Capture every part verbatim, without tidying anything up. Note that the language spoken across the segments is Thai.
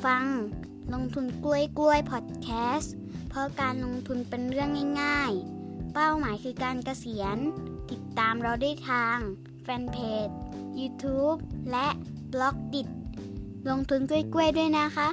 ฟังลงทุนกล้วยกล้วยพอดแคสต์เพราะการลงทุนเป็นเรื่องง่ายๆเป้าหมายคือการเกษียณติดตามเราได้ทางแฟนเพจ YouTube และบล็อกดิลงทุนกล้วยกล้วยด้วยนะคะ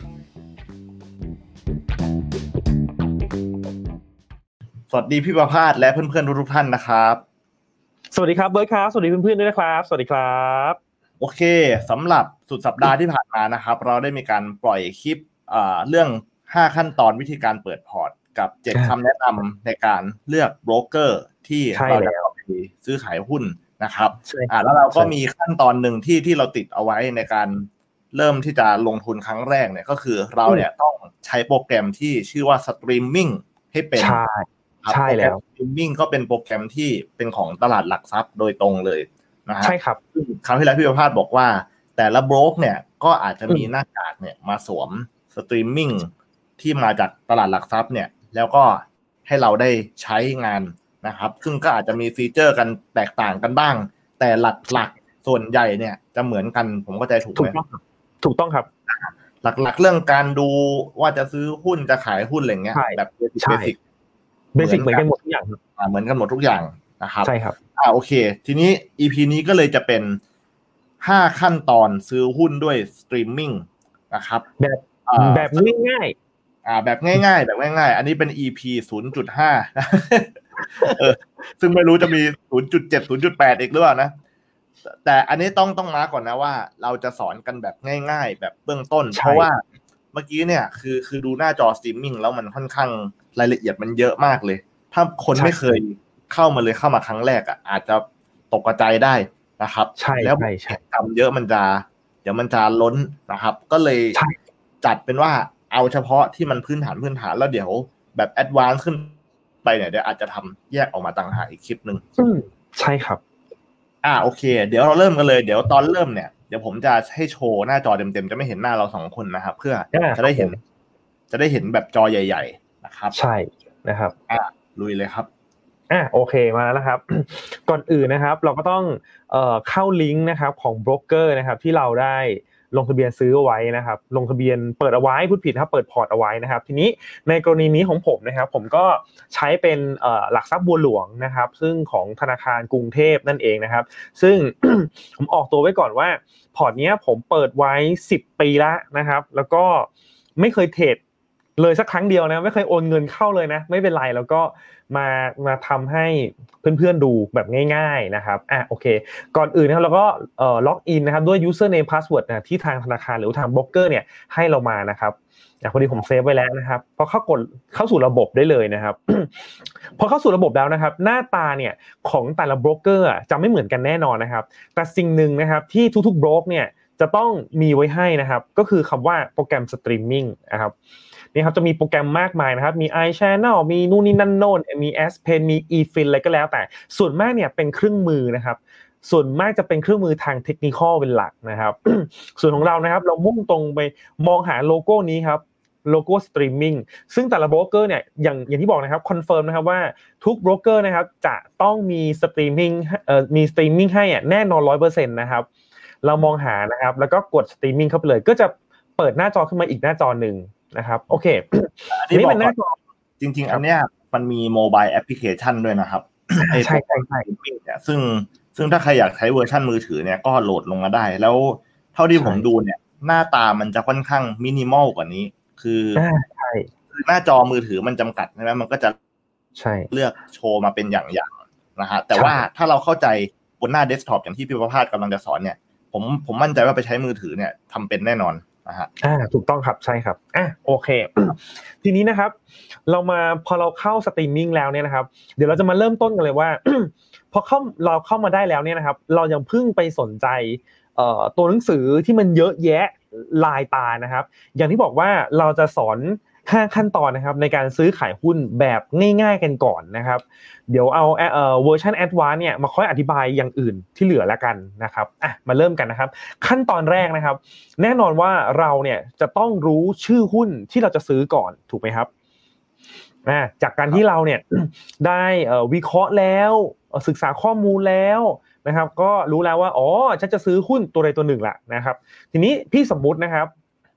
สวัสดีพี่ประภาสและเพื่อนๆทุกๆท่านนะครับสวัสดีครับเบิร์ดครับสวัสดีเพื่อนๆด้วยนะครับสวัสดีครับโอเคสำหรับสุดสัปดาห์ที่ผ่านมานะครับเราได้มีการปล่อยคลิปเอ่อเรื่องห้าขั้นตอนวิธีการเปิดพอร์ตกับเจ็ดคำแนะนำในการเลือกโบรกเกอร์ที่เราจะเอาไปซื้อขายหุ้นนะครับอ่าแล้วเราก็มีขั้นตอนหนึ่งที่ที่เราติดเอาไว้ในการเริ่มที่จะลงทุนครั้งแรกเนี่ยก็คือเราเนี่ยต้องใช้โปรแกรมที่ชื่อว่าสตรีมมิ่งให้เป็นใช่ใช่แล้วสตรีมมิ่งก็เป็นโปรแกรมที่เป็นของตลาดหลักทรัพย์โดยตรงเลยนะฮะใช่ครับคราวที่แล้วพี่ประภาสบอกว่าแต่ละโบรกเนี่ยก็อาจจะมีหน้ากากเนี่ยมาสวมสตรีมมิ่งที่มาจากตลาดหลักทรัพย์เนี่ยแล้วก็ให้เราได้ใช้งานนะครับซึ่งก็อาจจะมีฟีเจอร์กันแตกต่างกันบ้างแต่หลักๆส่วนใหญ่เนี่ยจะเหมือนกันผมเข้าใจถูกไหมถูกต้องครับหลักๆเรื่องการดูว่าจะซื้อหุ้นจะขายหุ้นอะไรเงี้ยแบบเบสิกเบสิกเหมือนกันหมดทุกอย่างอ่าเหมือนกันหมดทุกอย่างนะครับใช่ครับอ่าโอเคทีนี้ อี พี นี้ก็เลยจะเป็นห้าขั้นตอนซื้อหุ้นด้วยสตรีมมิ่งนะครับแบบแบบง่ายๆอ่าแบบง่ายๆแบบง่ายๆอันนี้เป็น อี พี ศูนย์จุดห้า เออซึ่งไม่รู้จะมี ศูนย์จุดเจ็ด ศูนย์จุดแปด อีกหรือเปล่านะแต่อันนี้ต้องต้องมาก่อนนะว่าเราจะสอนกันแบบง่ายๆแบบเบื้องต้นเพราะว่าเมื่อกี้เนี่ยคือคือดูหน้าจอสตรีมมิ่งแล้วมันค่อนข้างรายละเอียดมันเยอะมากเลยถ้าคนไม่เคยเข้ามาเลยเข้ามาครั้งแรกอ่ะอาจจะตกใจได้นะครับแล้วทำเยอะมันจะเดี๋ยวมันจะล้นนะครับก็เลยจัดเป็นว่าเอาเฉพาะที่มันพื้นฐานพื้นฐานแล้วเดี๋ยวแบบแอดวานซ์ขึ้นไปเนี่ยเดี๋ยวอาจจะทำแยกออกมาต่างหากอีกคลิปนึงใช่ครับอ่าโอเคเดี๋ยวเราเริ่มกันเลยเดี๋ยวตอนเริ่มเนี่ยเดี๋ยวผมจะให้โชว์หน้าจอเต็มๆจะไม่เห็นหน้าเราสองคนนะครับเพื่อจะได้เห็นจะได้เห็นแบบจอใหญ่ๆนะครับใช่นะครับอ่าลุยเลยครับอ่ะโอเคมาแล้วนะครับ ก่อนอื่นนะครับเราก็ต้องเอ่อเข้าลิงก์นะครับของโบรกเกอร์นะครับที่เราได้ลงทะเบียนซื้อเอาไว้นะครับลงทะเบียนเปิดเอาไว้พูดผิดครับเปิดพอร์ตเอาไว้นะครับทีนี้ในกรณีนี้ของผมนะครับผมก็ใช้เป็นเอ่อหลักทรัพย์บัวหลวงนะครับซึ่งของธนาคารกรุงเทพนั่นเองนะครับซึ่ง ผมออกตัวไว้ก่อนว่าพอร์ตเนี้ยผมเปิดไว้สิบปีแล้วนะครับแล้วก็ไม่เคยเทรดเลยสักครั้งเดียวนะไม่เคยโอนเงินเข้าเลยนะไม่เป็นไรแล้วก็มามาทำให้เพื่อนๆดูแบบง่ายๆนะครับอ่ะโอเคก่อนอื่นนะครับเราก็เอ่อล็อกอินนะครับด้วย username password นะที่ทางธนาคารหรือทางโบรกเกอร์เนี่ยให้เรามานะครับอ่ะพอดีผมเซฟไว้แล้วนะครับพอเข้ากดเข้าสู่ระบบได้เลยนะครับ พอเข้าสู่ระบบแล้วนะครับหน้าตาเนี่ยของแต่ละโบรกเกอร์จะไม่เหมือนกันแน่นอนนะครับแต่สิ่งหนึ่งนะครับที่ทุกๆโบรกเนี่ยจะต้องมีไว้ให้นะครับก็คือคำว่าโปรแกรมสตรีมมิ่งนะครับนี่ครับจะมีโปรแกรมมากมายนะครับมี iChannel มีนู่นนี่นั่นโน่นมี S Pen มี eFin อะไรก็แล้วแต่ส่วนมากเนี่ยเป็นเครื่องมือนะครับส่วนมากจะเป็นเครื่องมือทางเทคนิคอลเป็นหลักนะครับ ส่วนของเรานะครับเรามุ่งตรงไปมองหาโลโก้นี้ครับโลโก้สตรีมมิ่งซึ่งแต่ละโบรกเกอร์เนี่ยอย่างอย่างที่บอกนะครับคอนเฟิร์มนะครับว่าทุกโบรกเกอร์นะครับจะต้องมีสตรีมมิ่งเอ่อมีสตรีมมิ่งให้อ่ะแน่นอน ร้อยเปอร์เซ็นต์ นะครับเรามองหานะครับแล้วก็กดสตรีมมิ่งเข้าไปเลยก็จะเปิดหน้าจอขึ้นมาอีกหน้าจอนึงนะครับโอเคอันนี้เป็นหน้าจอจริงๆอันเนี้ยมันมีโมบายแอปพลิเคชันด้วยนะครับใช่ๆๆเนี่ยซึ่งซึ่งถ้าใครอยากใช้เวอร์ชันมือถือเนี่ยก็โหลดลงมาได้แล้วเท่าที่ผมดูเนี่ยหน้าตามันจะค่อนข้างมินิมอลกว่านี้คือใช่คือหน้าจอมือถือมันจำกัดใช่ไหมมันก็จะใช่เลือกโชว์มาเป็นอย่างๆนะฮะแต่ว่าถ้าเราเข้าใจบนหน้าเดสก์ท็อปอย่างที่พี่ประภาสกำลังจะสอนเนี่ยผมผมมั่นใจว่าไปใช้มือถือเนี่ยทำเป็นแน่นอนนะฮะอ่าถูกต้องครับใช่ครับอ่ะโอเค ทีนี้นะครับเรามาพอเราเข้าสตรีมมิ่งแล้วเนี่ยนะครับเดี๋ยวเราจะมาเริ่มต้นกันเลยว่า พอเข้าเราเข้ามาได้แล้วเนี่ยนะครับเรายังพึ่งไปสนใจเอ่อตัวหนังสือที่มันเยอะแยะลายตานะครับอย่างที่บอกว่าเราจะสอนห้าขั้นตอนนะครับในการซื้อขายหุ้นแบบง่ายๆกันก่อนนะครับเดี๋ยวเอาเอ่อเวอร์ชันแอดวานซ์เนี่ยมาค่อยอธิบายอย่างอื่นที่เหลือแล้วกันนะครับอ่ะมาเริ่มกันนะครับขั้นตอนแรกนะครับแน่นอนว่าเราเนี่ยจะต้องรู้ชื่อหุ้นที่เราจะซื้อก่อนถูกไหมครับอ่าจากการที่เราเนี่ยได้เอ่อวิเคราะห์แล้วศึกษาข้อมูลแล้วนะครับก็รู้แล้วว่าอ๋อฉันจะซื้อหุ้นตัวใดตัวหนึ่งละนะครับทีนี้พี่สมมุตินะครับ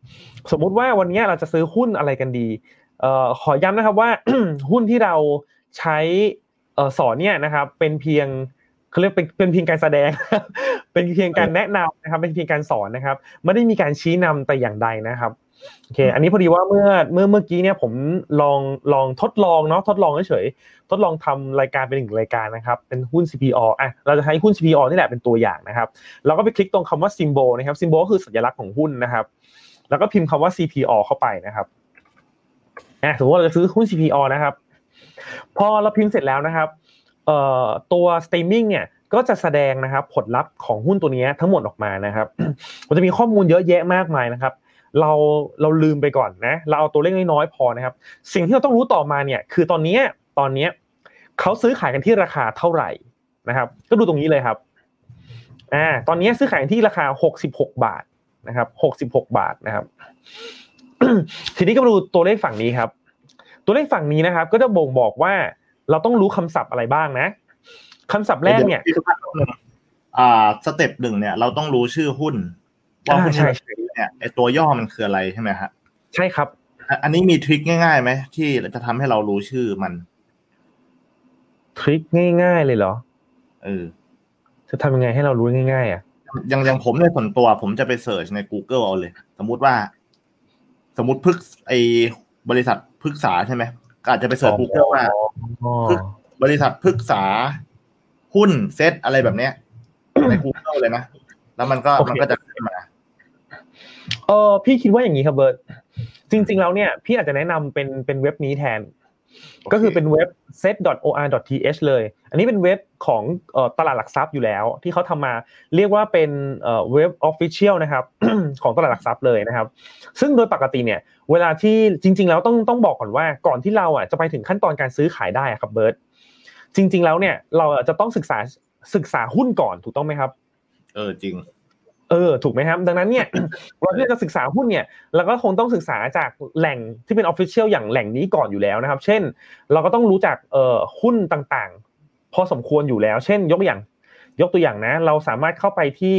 สมมุติว่าวันนี้เราจะซื้อหุ้นอะไรกันดีเอ่อขอย้ำนะครับว่า หุ้นที่เราใช้เอ่อสอนเนี่ยนะครับเป็นเพียงเขาเรียกเป็นเป็นเพียงการแสดง เป็นเพียงการแนะนำนะครับเป็นเพียงการสอนนะครับไม่ได้มีการชี้นำแต่อย่างใดนะครับโอเคอันนี้พอดีว่าเมื่อเมื่อเมื่อกี้เนี่ยผมลองลองทดลองเนาะทดลองเฉยๆทดลองทำรายการเป็นหนึ่งรายการนะครับเป็นหุ้น ซี พี โอ อ่ะเราจะใช้หุ้น ซี พี โอ นี่แหละเป็นตัวอย่างนะครับเราก็ไปคลิกตรงคำว่า symbol นะครับ symbol ก็คือสัญลักษณ์ของหุ้นนะครับแล้วก็พิมพ์คำว่า ซี พี โอ เข้าไปนะครับอ่ะสมมติว่าเราจะซื้อหุ้น ซี พี โอ นะครับพอเราพิมพ์เสร็จแล้วนะครับเอ่อตัว streaming เนี่ยก็จะแสดงนะครับผลลัพธ์ของหุ้นตัวนี้ทั้งหมดออกมานะครับมันจะมีข้อมูลเยอะแยะมากมายนะครับเราเราลืมไปก่อนนะเราเอาตัวเลขน้อยๆพอนะครับสิ่งที่เราต้องรู้ต่อมาเนี่ยคือตอนนี้ตอนนี้เขาซื้อขายกันที่ราคาเท่าไหร่นะครับก็ดูตรงนี้เลยครับอ่าตอนนี้ซื้อขายกันที่ราคาหกสิบหกบาทนะครับหกสิบหกบาทนะครับ ทีนี้ก็มาดูตัวเลขฝั่งนี้ครับตัวเลขฝั่งนี้นะครับก็จะบ่งบอกว่าเราต้องรู้คำศัพท์อะไรบ้างนะคำศัพท์แรกเนี่ยอ่าสเต็ปหนึ่งเนี่ยเราต้องรู้ชื่อหุ้นว่าหุ้นเนี่ยไอตัวย่อมันคืออะไรใช่ไหมฮะใช่ครับอันนี้มีทริคง่ายๆไหมที่จะทำให้เรารู้ชื่อมันทริคง่ายๆเลยเหรอเออจะทำยังไงให้เรารู้ง่ายๆอ่ะอย่างอย่างผมในส่วนตัวผมจะไปเสิร์ชใน Google เอาเลยสมมุติว่าสมมุติพึกไอบริษัทพึกษาใช่ไหมอาจจะไปเสิร์ช Google ว่าพึกบริษัทพึกษาหุ้นเซ็ตอะไรแบบเนี้ยใน Google เลยนะแล้วมันก็มันก็จะขึ้นมาเออพี่คิดว่าอย่างนี้ครับเบิร์ตจริงๆแล้วเนี่ยพี่อาจจะแนะนำเป็นเป็นเว็บนี้แทนก็คือเป็นเว็บ เซ็ต ดอท โอ อาร์ ดอท ที เอช เลยอันนี้เป็นเว็บของเอ่อตลาดหลักทรัพย์อยู่แล้วที่เขาทำมาเรียกว่าเป็นเอ่อเว็บ official นะครับ ของตลาดหลักทรัพย์เลยนะครับซึ่งโดยปกติเนี่ยเวลาที่จริงๆแล้วต้องต้องบอกก่อนว่าก่อนที่เราอ่ะจะไปถึงขั้นตอนการซื้อขายได้ครับเบิร์ตจริงๆแล้วเนี่ยเราจะต้องศึกษาศึกษาหุ้นก่อนถูกต้องไหมครับเออจริงเออถูกไหมครับดังนั้นเนี่ยเราที่จะศึกษาหุ้นเนี่ยเราก็คงต้องศึกษาจากแหล่งที่เป็น official อย่างแหล่งนี้ก่อนอยู่แล้วนะครับเช่นเราก็ต้องรู้จักเอ่อหุ้นต่างๆพอสมควรอยู่แล้วเช่นยกอย่างยกตัวอย่างนะเราสามารถเข้าไปที่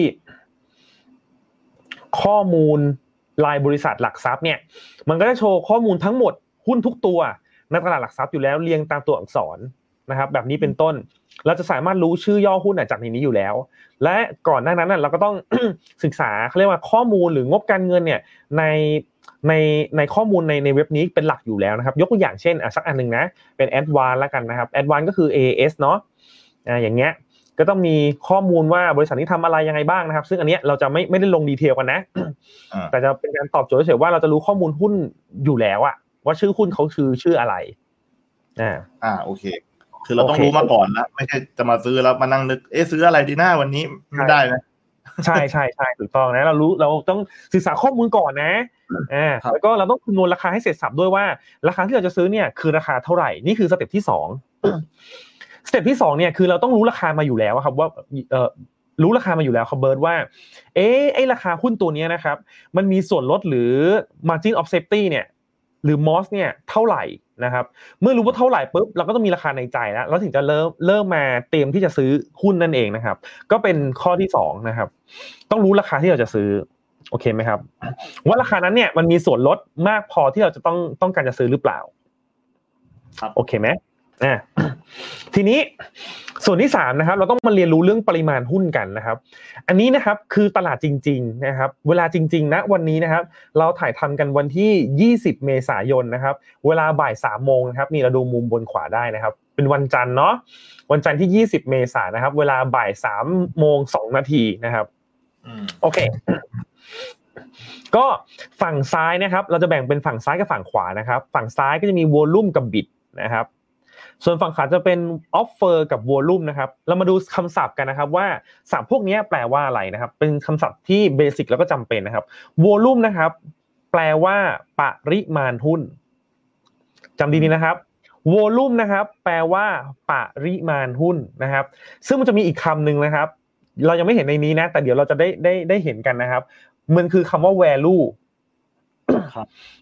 ข้อมูลรายบริษัทหลักทรัพย์เนี่ยมันก็จะโชว์ข้อมูลทั้งหมดหุ้นทุกตัวในตลาดหลักทรัพย์อยู่แล้วเรียงตามตัวอักษรนะครับแบบนี้เป็นต้นเราจะสามารถรู้ชื่อย่อหุ้นจากในนี้อยู่แล้วและก่อนหน้านั้นเราก็ต้อง ศึกษาเขาเรียกว่าข้อมูลหรืองบการเงินเนี่ยในในในข้อมูลในในเว็บนี้เป็นหลักอยู่แล้วนะครับยกตัวอย่างเช่นอ่ะสักอันนึงนะเป็น Advanced แล้วกันนะครับ Advanced ก็คือ เอ เอ เอส เนาะอ่าอย่างเงี้ยก็ต้องมีข้อมูลว่าบริษัทนี้ทำอะไรยังไงบ้างนะครับซึ่งอันเนี้ยเราจะไม่ไม่ได้ลงดีเทลกันนะแต่จะเป็นการตอบโจทย์เฉยๆว่าเราจะรู้ข้อมูลหุ้นอยู่แล้วอะว่าชื่อหุ้นเขาคือชื่ออะไรอ่าอ่าโอเคคือเราต้องรู้มาก่อนนะไม่ใช่จะมาซื้อแล้วมานั่งนึกเอ๊ะซื้ออะไรดีหน้าวันนี้ไม่ได้นะใช่ใช่ใช่ถูกต้องนะเรารู้เราต้องศึกษาข้อมูลก่อนนะอ่าแล้วก็เราต้องคำนวณราคาให้เสร็จสับด้วยว่าราคาที่เราจะซื้อเนี่ยคือราคาเท่าไหร่นี่คือสเต็ปที่สองสเต็ปที่สองเนี่ยคือเราต้องรู้ราคามาอยู่แล้วครับว่าเอ่อรู้ราคามาอยู่แล้วครับเบิร์ดว่าเอ๊ะไอ้ราคาหุ้นตัวนี้นะครับมันมีส่วนลดหรือ margin of safety เนี่ยหรือ มอส เนี่ยเท่าไหร่นะครับเมื่อรู้ว่าเท่าไหร่ปุ๊บเราก็ต้องมีราคาในใจแล้วแล้วถึงจะเริ่มเริ่มมาเตรียมที่จะซื้อหุ้นนั่นเองนะครับก็เป็นข้อที่สองนะครับต้องรู้ราคาที่เราจะซื้อโอเคไหมครับว่าราคานั้นเนี่ยมันมีส่วนลดมากพอที่เราจะต้องต้องการจะซื้อหรือเปล่าครับโอเคไหมอ่าทีนี้ส่วนที่สามนะครับเราต้องมาเรียนรู้เรื่องปริมาณหุ้นกันนะครับอันนี้นะครับคือตลาดจริงๆนะครับเวลาจริงๆนะวันนี้นะครับเราถ่ายทำกันวันที่ยี่สิบเมษายนนะครับเวลาบ่ายสามโมงนะครับนี่เราดูมุมบนขวาได้นะครับเป็นวันจันทร์เนาะวันจันทร์ที่ยี่สิบเมษายนนะครับเวลาบ่ายสามโมงสองนาทีนะครับโอเคก็ฝั่งซ้ายนะครับเราจะแบ่งเป็นฝั่งซ้ายกับฝั่งขวานะครับฝั่งซ้ายก็จะมีวอลลุ่มกับบิดนะครับส่วนฝั่งขวาจะเป็น offer กับ volume นะครับเรามาดูคำศัพท์กันนะครับว่าศัพท์พวกนี้แปลว่าอะไรนะครับเป็นคำศัพท์ที่เบสิกแล้วก็จำเป็นนะครับ volume นะครับแปลว่าปริมาณหุ้นจำดีๆนะครับ volume นะครับแปลว่าปริมาณหุ้นนะครับซึ่งมันจะมีอีกคำหนึ่งนะครับเรายังไม่เห็นในนี้นะแต่เดี๋ยวเราจะได้ได้ได้เห็นกันนะครับมันคือคำว่า value ครับ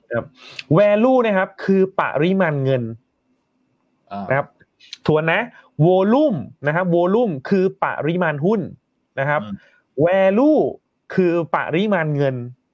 value นะครับคือปริมาณเงินนะครับทวนนะ volume นะครับ volume คือปริมาณหุ้นนะครับ value คือปริมาณเงิน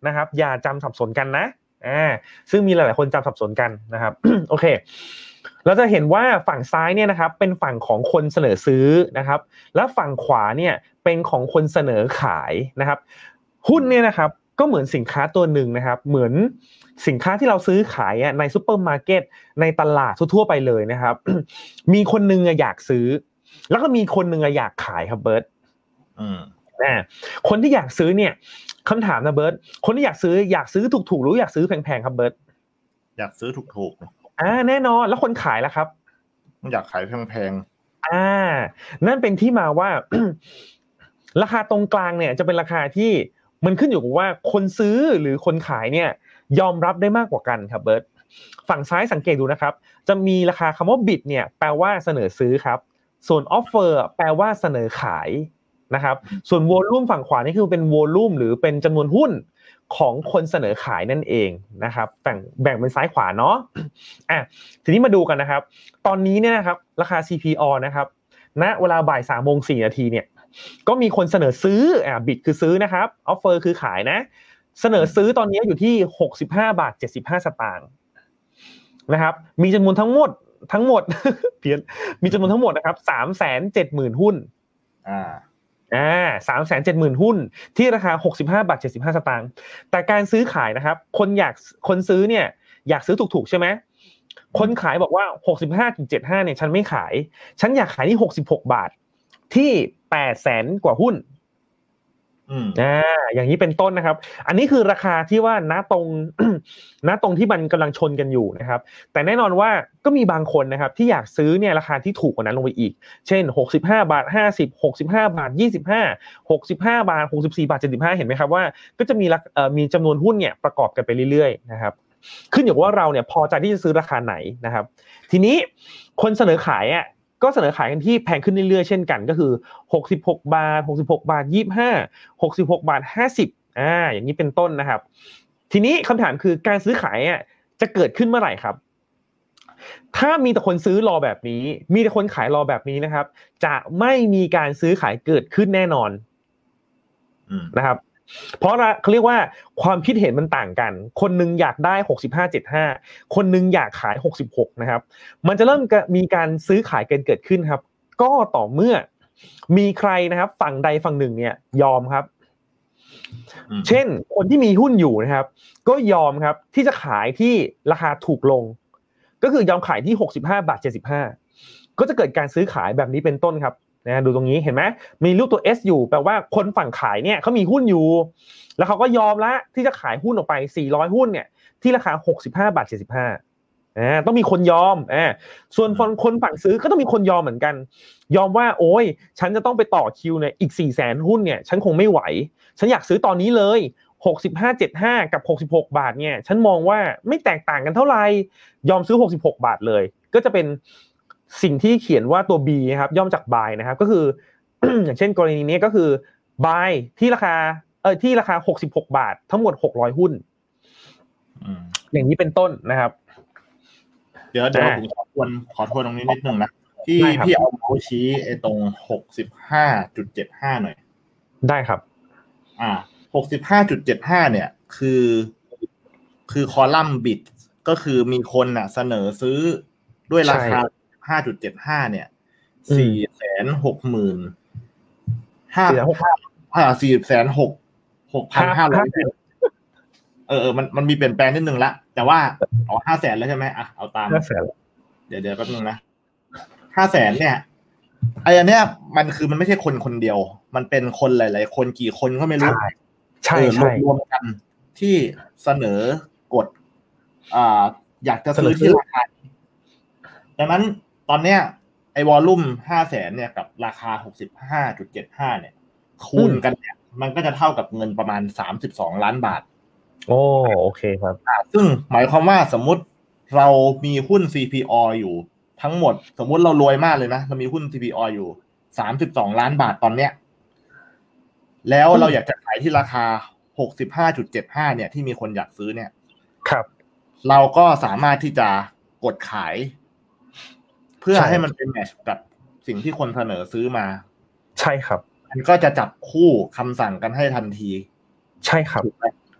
นะครับอย่าจำสับสนกันนะอ่าซึ่งมีหลายๆคนจำสับสนกันนะครับ โอเคเราจะเห็นว่าฝั่งซ้ายเนี่ยนะครับเป็นฝั่งของคนเสนอซื้อนะครับและฝั่งขวาเนี่ยเป็นของคนเสนอขายนะครับหุ้นเนี่ยนะครับก็เหมือนสินค้าตัวหนึ่งนะครับเหมือนสินค้าที่เราซื้อขายในซุปเปอร์มาร์เก็ตในตลาดทั่วๆไปเลยนะครับ มีคนนึงอยากซื้อแล้วก็มีคนนึงอยากขายครับเบิร์ตอืมนะคนที่อยากซื้อเนี่ยคำถามนะเบิร์ตคนที่อยากซื้ออยากซื้อถูกๆหรืออยากซื้อแพงๆครับเบิร์ตอยากซื้อถูกๆอ่าแน่นอนแล้วคนขายล่ะครับอยากขายแพงๆอ่านั่นเป็นที่มาว่า ราคาตรงกลางเนี่ยจะเป็นราคาที่มันขึ้นอยู่กับว่าคนซื้อหรือคนขายเนี่ยยอมรับได้มากกว่ากันครับเบิร์ตฝั่งซ้ายสังเกตดูนะครับจะมีราคาคำว่า bid เนี่ยแปลว่าเสนอซื้อครับส่วน offer แปลว่าเสนอขายนะครับส่วน volume ฝั่งขวานี่คือเป็น volume หรือเป็นจำนวนหุ้นของคนเสนอขายนั่นเองนะครับแบ่งแบ่งเป็นซ้ายขวาเนาะอ่ะทีนี้มาดูกันนะครับตอนนี้เนี่ยนะครับราคา ซี พี โอ นะครับณเวลาบ่ายสามโมงสี่นาทีเนี่ยก็มีคนเสนอซื้ออ่า bid คือซื้อนะครับ offer คือขายนะเสนอซื้อตอนนี้อยู่ที่หกสิบห้าบาทเจ็ดสิบห้าสตางค์นะครับมีจำนวนทั้งหมดทั้งหมดเพี้ยนมีจำนวนทั้งหมดนะครับ สามแสนเจ็ดหมื่น หุ้นอ่าอ่า สามแสนเจ็ดหมื่น หุ้นที่ราคาหกสิบห้าบาทเจ็ดสิบห้าสตางค์แต่การซื้อขายนะครับคนอยากคนซื้อเนี่ยอยากซื้อถูกๆใช่ไหมคนขายบอกว่า หกสิบห้าจุดเจ็ดห้า เนี่ยฉันไม่ขายฉันอยากขายที่หกสิบหกบาทที่แปดแสนกว่าหุ้นอืมอ่าอย่างนี้เป็นต้นนะครับอันนี้คือราคาที่ว่าณตรง ณตรงที่มันกำลังชนกันอยู่นะครับแต่แน่นอนว่าก็มีบางคนนะครับที่อยากซื้อเนี่ยราคาที่ถูกกว่านั้นลงไปอีกเช่นหกสิบห้าบาทห้าสิบ หกสิบห้าบาทยี่สิบห้า หกสิบห้าบาทหกสิบสี่บาทเจ็ดสิบห้าเห็นไหมครับว่าก็จะมีเอ่อมีจำนวนหุ้นเนี่ยประกอบกันไปเรื่อยๆนะครับขึ้นอยู่ว่าเราเนี่ยพอใจที่จะซื้อราคาไหนนะครับทีนี้คนเสนอขายอ่ะก็เสนอขายกันที่แพงขึ้นเรื่อยๆเช่นกันก็คือหกสิบหกบาทหกสิบหกบาทยี่สิบห้า หกสิบหกบาทห้าสิบอ่าอย่างนี้เป็นต้นนะครับทีนี้คำถามคือการซื้อขายอ่ะจะเกิดขึ้นเมื่อไหร่ครับถ้ามีแต่คนซื้อรอแบบนี้มีแต่คนขายรอแบบนี้นะครับจะไม่มีการซื้อขายเกิดขึ้นแน่นอนนะครับเพราะเขาเรียกว่าความคิดเห็นมันต่างกันคนนึงอยากได้หกสิบห้า เจ็ดสิบห้าคนนึงอยากขายหกสิบหกนะครับมันจะเริ่มมีการซื้อขายกันเกิดขึ้นครับก็ต่อเมื่อมีใครนะครับฝั่งใดฝั่งหนึ่งเนี่ยยอมครับเช่นคนที่มีหุ้นอยู่นะครับก็ยอมครับที่จะขายที่ราคาถูกลงก็คือยอมขายที่หกสิบห้าบาทเจ็ดสิบห้าก็จะเกิดการซื้อขายแบบนี้เป็นต้นครับนะดูตรงนี้เห็นไหมมีรูปตัว S อยู่แปลว่าคนฝั่งขายเนี่ยเขามีหุ้นอยู่แล้วเขาก็ยอมละที่จะขายหุ้นออกไปสี่ร้อยหุ้นเนี่ยที่ราคาหกสิบห้าบาทเจ็ดสิบห้าอ่าต้องมีคนยอมอ่าส่วนคนฝั่งซื้อก็ต้องมีคนยอมเหมือนกันยอมว่าโอ้ยฉันจะต้องไปต่อคิวเนี่ยอีก สี่แสน หุ้นเนี่ยฉันคงไม่ไหวฉันอยากซื้อตอนนี้เลยหกสิบห้า เจ็ดสิบห้ากับหกสิบหกบาทเนี่ยฉันมองว่าไม่แตกต่างกันเท่าไหร่ยอมซื้อหกสิบหกบาทเลยก็จะเป็นสิ่งที่เขียนว่าตัว B นะครับย่อมาจาก buy นะครับก็คือ อย่างเช่นกรณีนี้ก็คือ buy ที่ราคาเออที่ราคาหกสิบหกบาททั้งหมดหกร้อยหุ้นอย่างนี้เป็นต้นนะครับเดี๋ยวเดี๋ยวผมขอทวนขอทวนตรงนี้นิดนึงนะพี่พี่เอาเมาส์ชี้ไอ้ตรง หกสิบห้าจุดเจ็ดห้า หน่อยได้ครับอ่า หกสิบห้าจุดเจ็ดห้า เนี่ยคือคือคอลัมน์บิดก็คือมีคนน่ะเสนอซื้อด้วยราคา ห้าจุดเจ็ดห้า เนี่ย สี่แสนหกหมื่น ห้า อ่า สี่แสนหก หกพันห้าร้อย เออๆมันมันมีเปลี่ยนแปลงนิดนึงละแต่ว่าอ๋อ ห้าแสน แล้วใช่มั้ยอ่ะเอาตามห้าแสนเดี๋ยวๆแป๊บนึงนะ ห้าแสน เนี่ยไอ้อันเนี้ยมันคือมันไม่ใช่คนคนเดียวมันเป็นคนหลายๆคนกี่คนก็ไม่รู้ใช่ๆรวมกันที่เสนอกดอ่าอยากจะซื้อที่ราคาดังนั้นตอนเนี้ยไอ้วอลลุ่ม ห้าแสน เนี่ยกับราคา หกสิบห้าจุดเจ็ดห้า เนี่ยคูณกันเนี่ยมันก็จะเท่ากับเงินประมาณสามสิบสองล้านบาทโอ้โอเคครับอ่าซึ่งหมายความว่าสมมุติเรามีหุ้น ซี พี โอ อยู่ทั้งหมดสมมุติเรารวยมากเลยนะเรามีหุ้น ซี พี โอ อยู่สามสิบสองล้านบาทตอนเนี้ยแล้วเราอยากจะขายที่ราคา หกสิบห้าจุดเจ็ดห้า เนี่ยที่มีคนอยากซื้อเนี่ยครับเราก็สามารถที่จะกดขายเพื่อให้มันเป็นแมทช์กับสิ่งที่คนเสนอซื้อมาใช่ครับมันก็จะจับคู่คำสั่งกันให้ทันทีใช่ครับ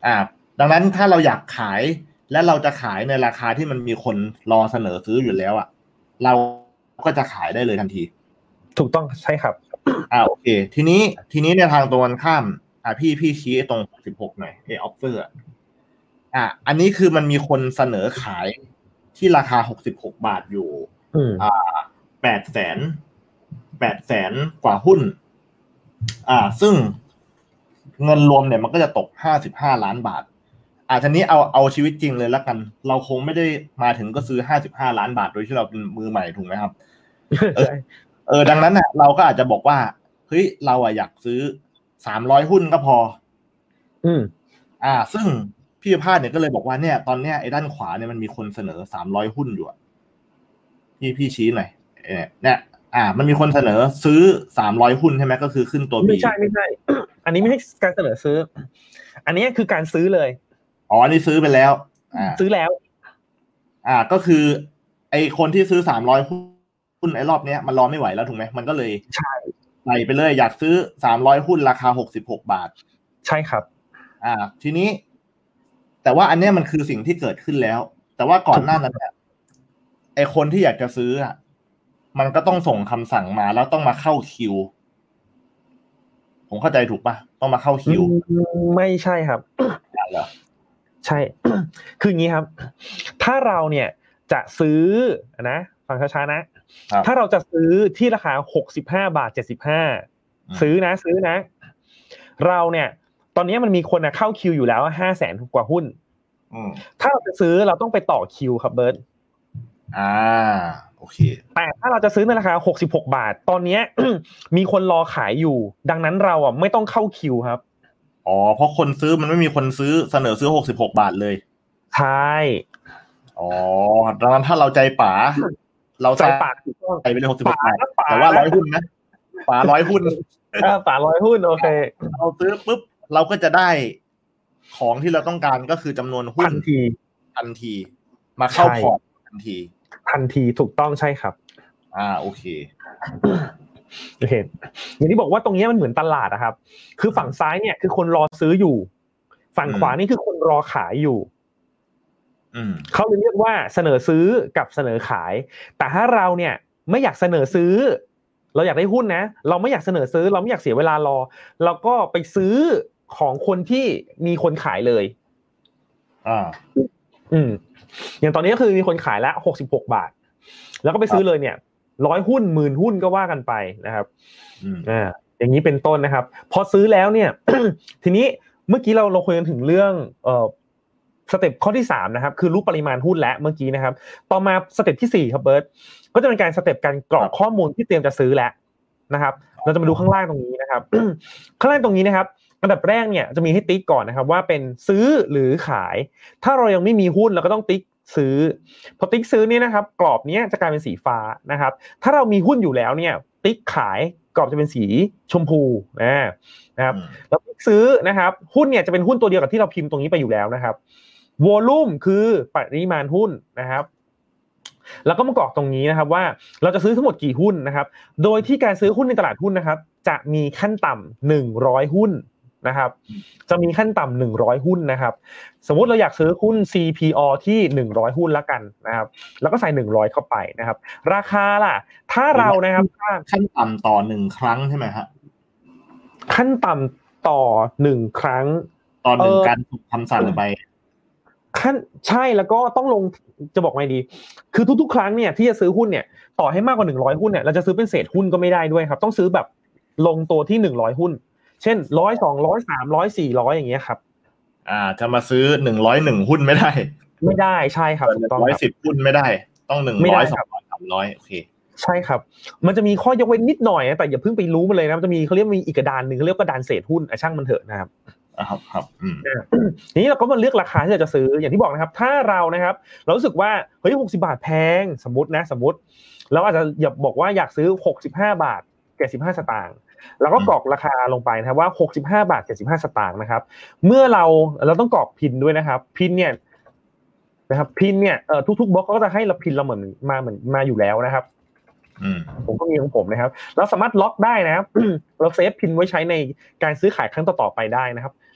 อ่าดังนั้นถ้าเราอยากขายและเราจะขายในราคาที่มันมีคนรอเสนอซื้ออยู่แล้วอ่ะเราก็จะขายได้เลยทันทีถูกต้องใช่ครับอ่าโอเคทีนี้ทีนี้ในทางตรงกันข้ามอ่าพี่พี่ชี้ตรงสิบหกหน่อยไอ้ออฟเฟอร์อ่าอันนี้คือมันมีคนเสนอขายที่ราคาหกสิบหกบาทอยู่อ่าแปดแสนแปดแสนกว่าหุ้นอ่าซึ่งเงินรวมเนี่ยมันก็จะตกห้าสิบห้าล้านบาทอ่าทีนี้เอาเอาชีวิตจริงเลยละกันเราคงไม่ได้มาถึงก็ซื้อห้าสิบห้าล้านบาทโดยที่เราเป็นมือใหม่ถูกไหมครับเออเออดังนั้นน่ะเราก็อาจจะบอกว่าเฮ้ยเราอ่ะอยากซื้อสามร้อยหุ้นก็พออืมอ่าซึ่งพี่พาดเนี่ยก็เลยบอกว่าเนี่ยตอนเนี้ยไอ้ด้านขวาเนี่ยมันมีคนเสนอสามร้อยหุ้นอยู่พี่พี่ชี้หน่อยเนี่ยอ่ามันมีคนเสนอซื้อสามร้อยหุ้นใช่ไหมก็คือขึ้นตัว B ไม่ใช่ไม่ใช่อันนี้ไม่ใช่การเสนอซื้ออันนี้คือการซื้อเลยอ๋ออันนี้ซื้อไปแล้วอ่าซื้อแล้วอ่าก็คือไอ้คนที่ซื้อสามร้อยหุ้นไอ้รอบเนี้ยมันรอไม่ไหวแล้วถูกไหมมันก็เลยใช่ใส่ไปเลยอยากซื้อสามร้อยหุ้นราคาหกสิบหกบาทใช่ครับอ่าทีนี้แต่ว่าอันเนี้ยมันคือสิ่งที่เกิดขึ้นแล้วแต่ว่าก่อนหน้านั้นเนี่ยไอ้คนที่อยากจะซื้ออ่ะมันก็ต้องส่งคำสั่งมาแล้วต้องมาเข้าคิวผมเข้าใจถูกป่ะต้องมาเข้าคิวไม่ใช่ครับเหรอใช่คืออย่างนี้ครับถ้าเราเนี่ยจะซื้อนะฟังช้าๆนะถ้าเราจะซื้อที่ราคาหกสิบห้าบาทเจ็ดสิบห้าซื้อนะซื้อนะเราเนี่ยตอนนี้มันมีคนนะเข้าคิวอยู่แล้วห้าแสนกว่าหุ้นถ้าเราจะซื้อเราต้องไปต่อคิวครับเบิร์ตอ่าโอเคแต่ถ้าเราจะซื้อในราคาหกสิบหกบาทตอนนี้ มีคนรอขายอยู่ดังนั้นเราอ่ะไม่ต้องเข้าคิวครับอ๋อเพราะคนซื้อมันไม่มีคนซื้อเสนอซื้อหกสิบหกบาทเลยใช่อ๋อดังนั้นถ้าเราใจป๋าเราใจป๋าถูกต้องใจไปเลยหกสิบหกบาทแต่ว่าร้อยหุ้นนะป๋าร้อยหุ้นเออป๋าร้อยหุ้นโอเคเราซื้อปุ๊บเราก็จะได้ของที่เราต้องการก็คือจำนวนหุ้นทันทีทันทีมาเข้าพอร์ตทันทีทันทีถูกต้องใช่ครับอ่าโอเคโอเคอย่างที่บอกว่าตรงนี้มันเหมือนตลาดนะครับคือฝั่งซ้ายเนี่ยคือคนรอซื้ออยู่ฝั่งขวานี่คือคนรอขายอยู่เขาเลยเรียกว่าเสนอซื้อกับเสนอขายแต่ถ้าเราเนี่ยไม่อยากเสนอซื้อเราอยากได้หุ้นนะเราไม่อยากเสนอซื้อเราไม่อยากเสียเวลารอเราก็ไปซื้อของคนที่มีคนขายเลยอ่าอืมอย่างตอนนี้ก็คือมีคนขายแล้วหกสิบหกบาทแล้วก็ไปซื้อเลยเนี่ยร้อยหุ้นหมื่นหุ้นก็ว่ากันไปนะครับอ่าอย่างนี้เป็นต้นนะครับพอซื้อแล้วเนี่ย ทีนี้เมื่อกี้เราเราคุยกันถึงเรื่องเอ่อสเต็ปข้อที่สามนะครับคือรู้ปริมาณหุ้นแล้วเมื่อกี้นะครับต่อมาสเต็ปที่สี่ครับเบิร์ตก็จะเป็นการสเต็ปการกรอกข้อมูลที่เตรียมจะซื้อแล้วนะครับเราจะมาดูข้างล่างตรงนี้นะครับ ข้างล่างตรงนี้นะครับอันดับแรกเนี่ยจะมีให้ติ๊กก่อนนะครับว่าเป็นซื้อหรือขายถ้าเรายังไม่มีหุ้นเราก็ต้องติ๊กซื้อพอติ๊กซื้อเนี่ยนะครับกรอบนี้จะกลายเป็นสีฟ้านะครับถ้าเรามีหุ้นอยู่แล้วเนี่ยติ๊กขายกรอบจะเป็นสีชมพูนะครับแล้วติ๊กซื้อนะครับหุ้นเนี่ยจะเป็นหุ้นตัวเดียวกับที่เราพิมพ์ตรงนี้ไปอยู่แล้วนะครับวอลลุ่มคือปริมาณหุ้นนะครับแล้วก็มากรอกตรงนี้นะครับว่าเราจะซื้อทั้งหมดกี่หุ้นนะครับโดยที่การซื้อหุ้นในตลาดหุ้นนะครับจะมีขั้นต่ำหนึ่งร้อยหุ้นนะครับจะมีขั้นต่ำหนึ่งร้อยหุ้นนะครับสมมุติเราอยากซื้อหุ้น ซี พี โอ ที่หนึ่งร้อยหุ้นละกันนะครับแล้วก็ใส่หนึ่งร้อยเข้าไปนะครับราคาล่ะถ้าเรานะครับขั้นต่ำต่อหนึ่งครั้งใช่ไหมครับขั้นต่ำต่อหนึ่งครั้งต่อหนึ่งการส่งคำสั่งไปขั้นใช่แล้วก็ต้องลงจะบอกไงดีคือทุกๆครั้งเนี่ยที่จะซื้อหุ้นเนี่ยต่อให้มากกว่าหนึ่งร้อยหุ้นเนี่ยเราจะซื้อเป็นเศษหุ้นก็ไม่ได้ด้วยครับต้องซื้อแบบลงตัวที่หนึ่งร้อยหุ้นเช่นหนึ่งร้อย สองร้อย สามร้อย สี่ร้อยอย่างเงี้ยครับอ่าจะมาซื้อหนึ่งร้อยเอ็ดหุ้นไม่ได้ไม่ได้ใช่ครับถูกต้องครับหนึ่งร้อยสิบหุ้นไม่ได้ต้องหนึ่งร้อย สองร้อย สามร้อยโอเคใช่ครับมันจะมีข้อยกเว้นนิดหน่อยนะแต่อย่าเพิ่งไปรู้มันเลยนะมันจะมีเค้าเรียกมีอีกกระดานนึงเค้าเรียกกระดานเศษหุ้นอ่ะช่างมันเถอะนะครับครับครับอืมทีนี้เราก็มาเลือกราคาที่เราจะซื้ออย่างที่บอกนะครับถ้าเรานะครับเรารู้สึกว่าเฮ้ยหกสิบบาทแพงสมมุตินะสมมุติเราอาจจะอย่าบอกว่าอยากซื้อหกสิบห้าบาทเจ็ดสิบห้าสตางค์แล้วก็กรอกราคาลงไปนะครับว่าหกสิบห้าบาทเจ็ดสิบห้าสตางค์นะครับเมื่อเราเราต้องกรอกพินด้วยนะครับพินเนี่ยนะครับพินเนี่ยเอ่อทุกๆบล็อกก็จะให้เราพินเราเหมือนมาเหมือนมาอยู่แล้วนะครับผมก็มีของผมนะครับเราสามารถล็อกได้นะครับเราเซฟพินไว้ใช้ในการซื้อขายครั้งต่อๆไปได้นะครับ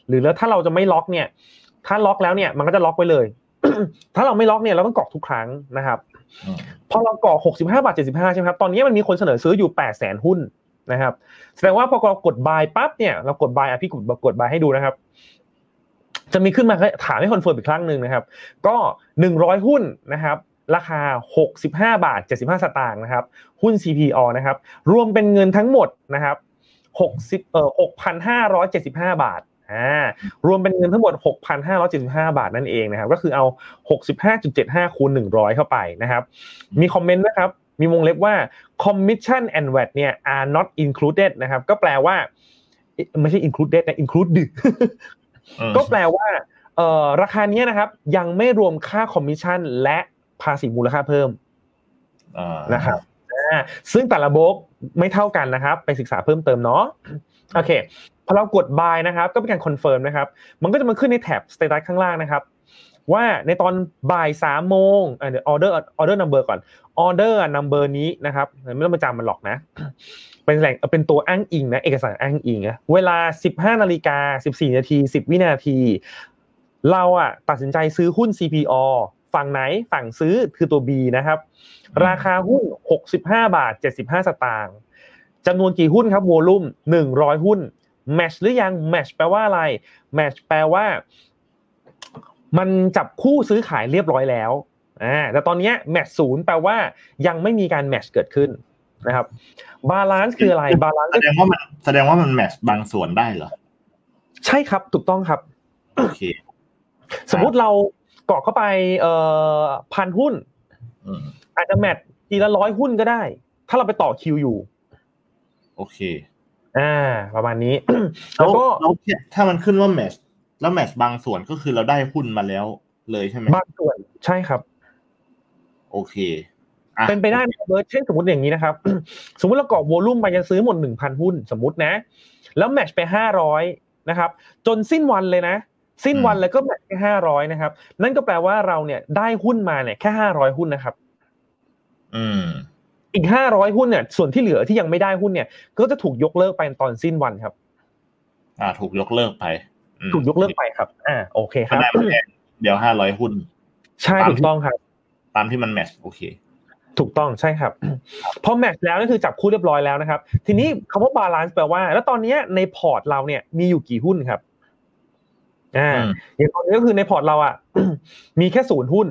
หรือแล้วถ้าเราจะไม่ล็อกเนี่ยถ้าล็อกแล้วเนี่ยมันก็จะล็อกไว้เลย ถ้าเราไม่ล็อกเนี่ยเราต้องกรอกทุกครั้งนะครับพอเรากรอกหกสิบห้าบาทเจ็ดสิบห้าใช่มั้ยครับตอนนี้มันมีคนเสนอซื้ออยู่ แปดแสน หุ้นนะครับแสดงว่าพอเรากด buy ปั๊บเนี่ยเรากด buy อ่ะพี่กดกด buy ให้ดูนะครับจะมีขึ้นมาถามให้คอนเฟิร์มอีกครั้งนึงนะครับก็หนึ่งร้อยหุ้นนะครับราคาหกสิบห้าบาทเจ็ดสิบห้าสตางค์นะครับหุ้น ซี พี โอ นะครับรวมเป็นเงินทั้งหมดนะครับหกสิบเอ่อ หกพันห้าร้อยเจ็ดสิบห้าบาทอ่ารวมเป็นเงินทั้งหมด หกพันห้าร้อยเจ็ดสิบห้าบาทนั่นเองนะครับก็คือเอา หกสิบห้าจุดเจ็ดห้า คูณหนึ่งร้อยเข้าไปนะครับมีคอมเมนต์นะครับมีวงเล็บว่า commission and แวต เนี่ย are not included นะครับก็แปลว่าไม่ใช่ included นะ include ก็แปลว่าเอ่อราคานี้นะครับยังไม่รวมค่าคอมมิชชั่นและภาษีมูลค่าเพิ่มนะครับซึ่งแต่ละโบรกไม่เท่ากันนะครับไปศึกษาเพิ่มเติมเนาะโอเคพอเรากด buy นะครับก็เป็นการคอนเฟิร์มนะครับมันก็จะมาขึ้นในแท็บ status ข้างล่างนะครับว่าในตอนบ่ายสามโมงเอ่อ order order number ก่อน order number นี้นะครับไม่ต้องไปจำมันหรอกนะเป็นแหล่งเป็นตัวอ้างอิงนะเอกสารอ้างอิงนะเวลา สิบห้านาฬิกาสิบสี่นาทีสิบวินาทีเราอ่ะตัดสินใจซื้อหุ้น ซี พี โอ ฝั่งไหนฝั่งซื้อคือตัว B นะครับราคาหุ้นหกสิบห้าบาทเจ็ดสิบห้าสตางค์จำนวนกี่หุ้นครับวอลุ่มหนึ่งร้อยหุ้นแมทช์หรือยังแมทช์แปลว่าอะไรแมทช์แปลว่ามันจับคู่ซื้อขายเรียบร้อยแล้วอ่าแต่ตอนนี้แมทช์ศูนย์แปลว่ายังไม่มีการแมทช์เกิดขึ้นนะครับบาลานซ์คืออะไรบาลานซ์แสดงว่ามันแสดงว่ามันแมทช์บางส่วนได้เหรอใช่ครับถูกต้องครับโอเคสมมุติเรากรอกเข้าไปเอ่อพันหุ้นอาจจะแมทช์ทีละร้อยหุ้นก็ได้ถ้าเราไปต่อคิวอยู่โอเคอ่าประมาณนี้แล้วก็ถ้ามันขึ้นว่าแมทช์แล้วแมทช์บางส่วนก็คือเราได้หุ้นมาแล้วเลยใช่ไหมบางส่วนใช่ครับโอเคเป็นไปได้เบิร์ดเช่นสมมุติอย่างนี้นะครับสมมุติเรากรอกวอลุ่มไปจะซื้อหมด หนึ่งพัน หุ้นสมมุตินะแล้วแมทช์ไปห้าร้อยนะครับจนสิ้นวันเลยนะสิ้นวันแล้วก็แมทช์แค่ห้าร้อยนะครับนั่นก็แปลว่าเราเนี่ยได้หุ้นมาเนี่ยแค่ห้าร้อยหุ้นนะครับอืมอีกห้าร้อยหุ้นเนี่ยส่วนที่เหลือที่ยังไม่ได้หุ้นเนี่ยก็จะถูกยกเลิกไปตอนสิ้นวันครับอ่าถูกยกเลิกไปถูกยกเลิกไปครับอ่าโอเคครับเดี๋ยวห้าร้อยหุ้นใช่ถูกต้องครับตามที่มันแมทช์โอเคถูกต้องใช่ครับพอแมทช์แล้วก็คือจับคู่เรียบร้อยแล้วนะครับทีนี้คำว่าบาลานซ์แปลว่าแล้วตอนนี้ในพอร์ตเราเนี่ยมีอยู่กี่หุ้นครับอ่าอย่างตอนนี้ก็คือในพอร์ตเราอ่ะมีแค่ศูนย์หุ้น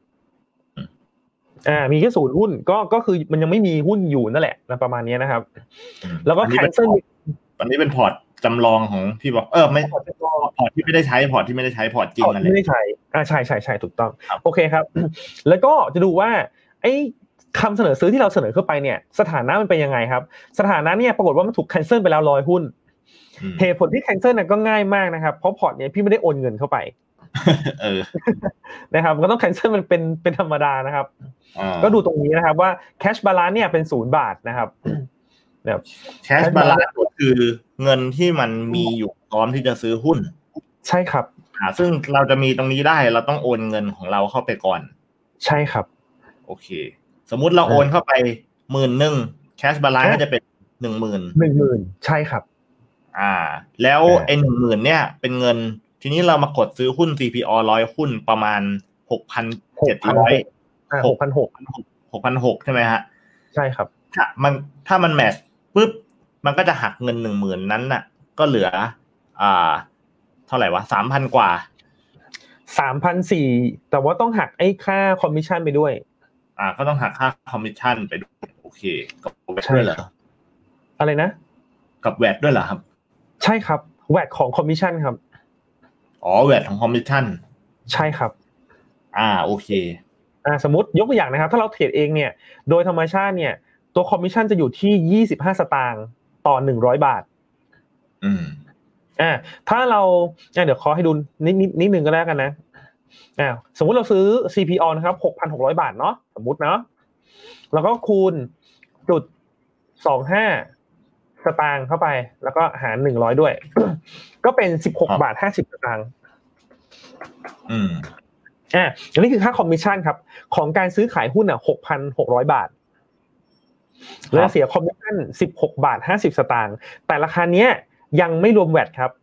อ่ามีแค่ศูนย์หุ้นก็ก็คือมันยังไม่มีหุ้นอยู่นั่นแหละนะประมาณนี้นะครับแล้วก็แคนเซิลตอนนี้เป็นพอร์ตจำลองของที่บอกเออไม่พอร์ตที่ไม่ได้ใช้พอร์ตที่ไม่ได้ใช้พอร์ตจริงนั่นแหละไม่ได้ใช้อ่าใช่ใช่ใช่ถูกต้องโอเคครับแล้วก็จะดูว่าไอ้คำเสนอซื้อที่เราเสนอเข้าไปเนี่ยสถานะมันเป็นยังไงครับสถานะเนี่ยปรากฏว่ามันถูกแคนเซิลไปแล้วร้อยหุ้นเหตุผลที่แคนเซิลน่ะก็ง่ายมากนะครับเพราะพอร์ตเนี่ยพี่ไม่ได้โอนเงินเข้าไปเออนะครับก็ต้องแคนเซิลมันเป็นเป็นธรรมดานะครับก็ดูตรงนี้นะครับว่า cash balance เนี่ยเป็นศูนย์บาทนะครับแบบ cash balance ก็คือเงินที่มันมีอยู่พร้อมที่จะซื้อหุ้นใช่ครับอ่าซึ่งเราจะมีตรงนี้ได้เราต้องโอนเงินของเราเข้าไปก่อนใช่ครับโอเคสมมุติเราโอนเข้าไป หมื่นหนึ่ง cash balance ก็จะเป็น หนึ่งหมื่นหนึ่งหมื่นใช่ครับอ่าแล้วไอ้ หนึ่งหมื่น เนี่ยเป็นเงินทีนี้เรามากดซื้อหุ้น ซี พี โอ หนึ่งร้อยหุ้นประมาณ หกพันเจ็ดร้อยอ่า หกพันหกร้อยหกพันหกร้อย ใช่มั้ยฮะใช่ครับถ้ามันถ้ามันแมทช์ปึ๊บมันก็จะหักเงิน หนึ่งหมื่น นั้นน่ะก็เหลืออ่าเท่าไหร่วะ สามพัน กว่าสามพันสี่ร้อย แต่ว่าต้องหักไอ้ค่าคอมมิชชั่นไปด้วยอ่าก็ต้องหักค่าคอมมิชชั่นไปด้วยโอเคกับแวตด้วยเหรออะไรนะกับแวตด้วยเหรอครับใช่ครับแวตของคอมมิชชั่นครับอ๋อแวตของคอมมิชชั่นใช่ครับอ่าโอเคอ่าสมมุติยกตัวอย่างนะครับถ้าเราเทรดเองเนี่ยโดยธรรมชาติเนี่ยตัวคอมมิชชั่นจะอยู่ที่ยี่สิบห้าสตางค์ต่อหนึ่งร้อยบาทอืมอ่าถ้าเราอ่าเดี๋ยวขอให้ดูนิดนิดนิดนึงก็แล้วกันนะอ่าสมมุติเราซื้อ ซี พี โอ นะครับ หกพันหกร้อย บาทเนาะสมมุติเนาะแล้วก็คูณจุดสองห้าสตางค์เข้าไปแล้วก็หารหนึ่งร้อยด้วยก็เป็นสิบหกบาทห้าสิบสตางค์อืมอ่าอันนี้คือค่าคอมมิชชั่นครับของการซื้อขายหุ้นอ่ะ หกพันหกร้อย บาทแล้วเสียคอมมิชชั่นสิบหกบาทห้าสิบสตางค์แต่ราคาเนี้ยยังไม่รวมแวตครับ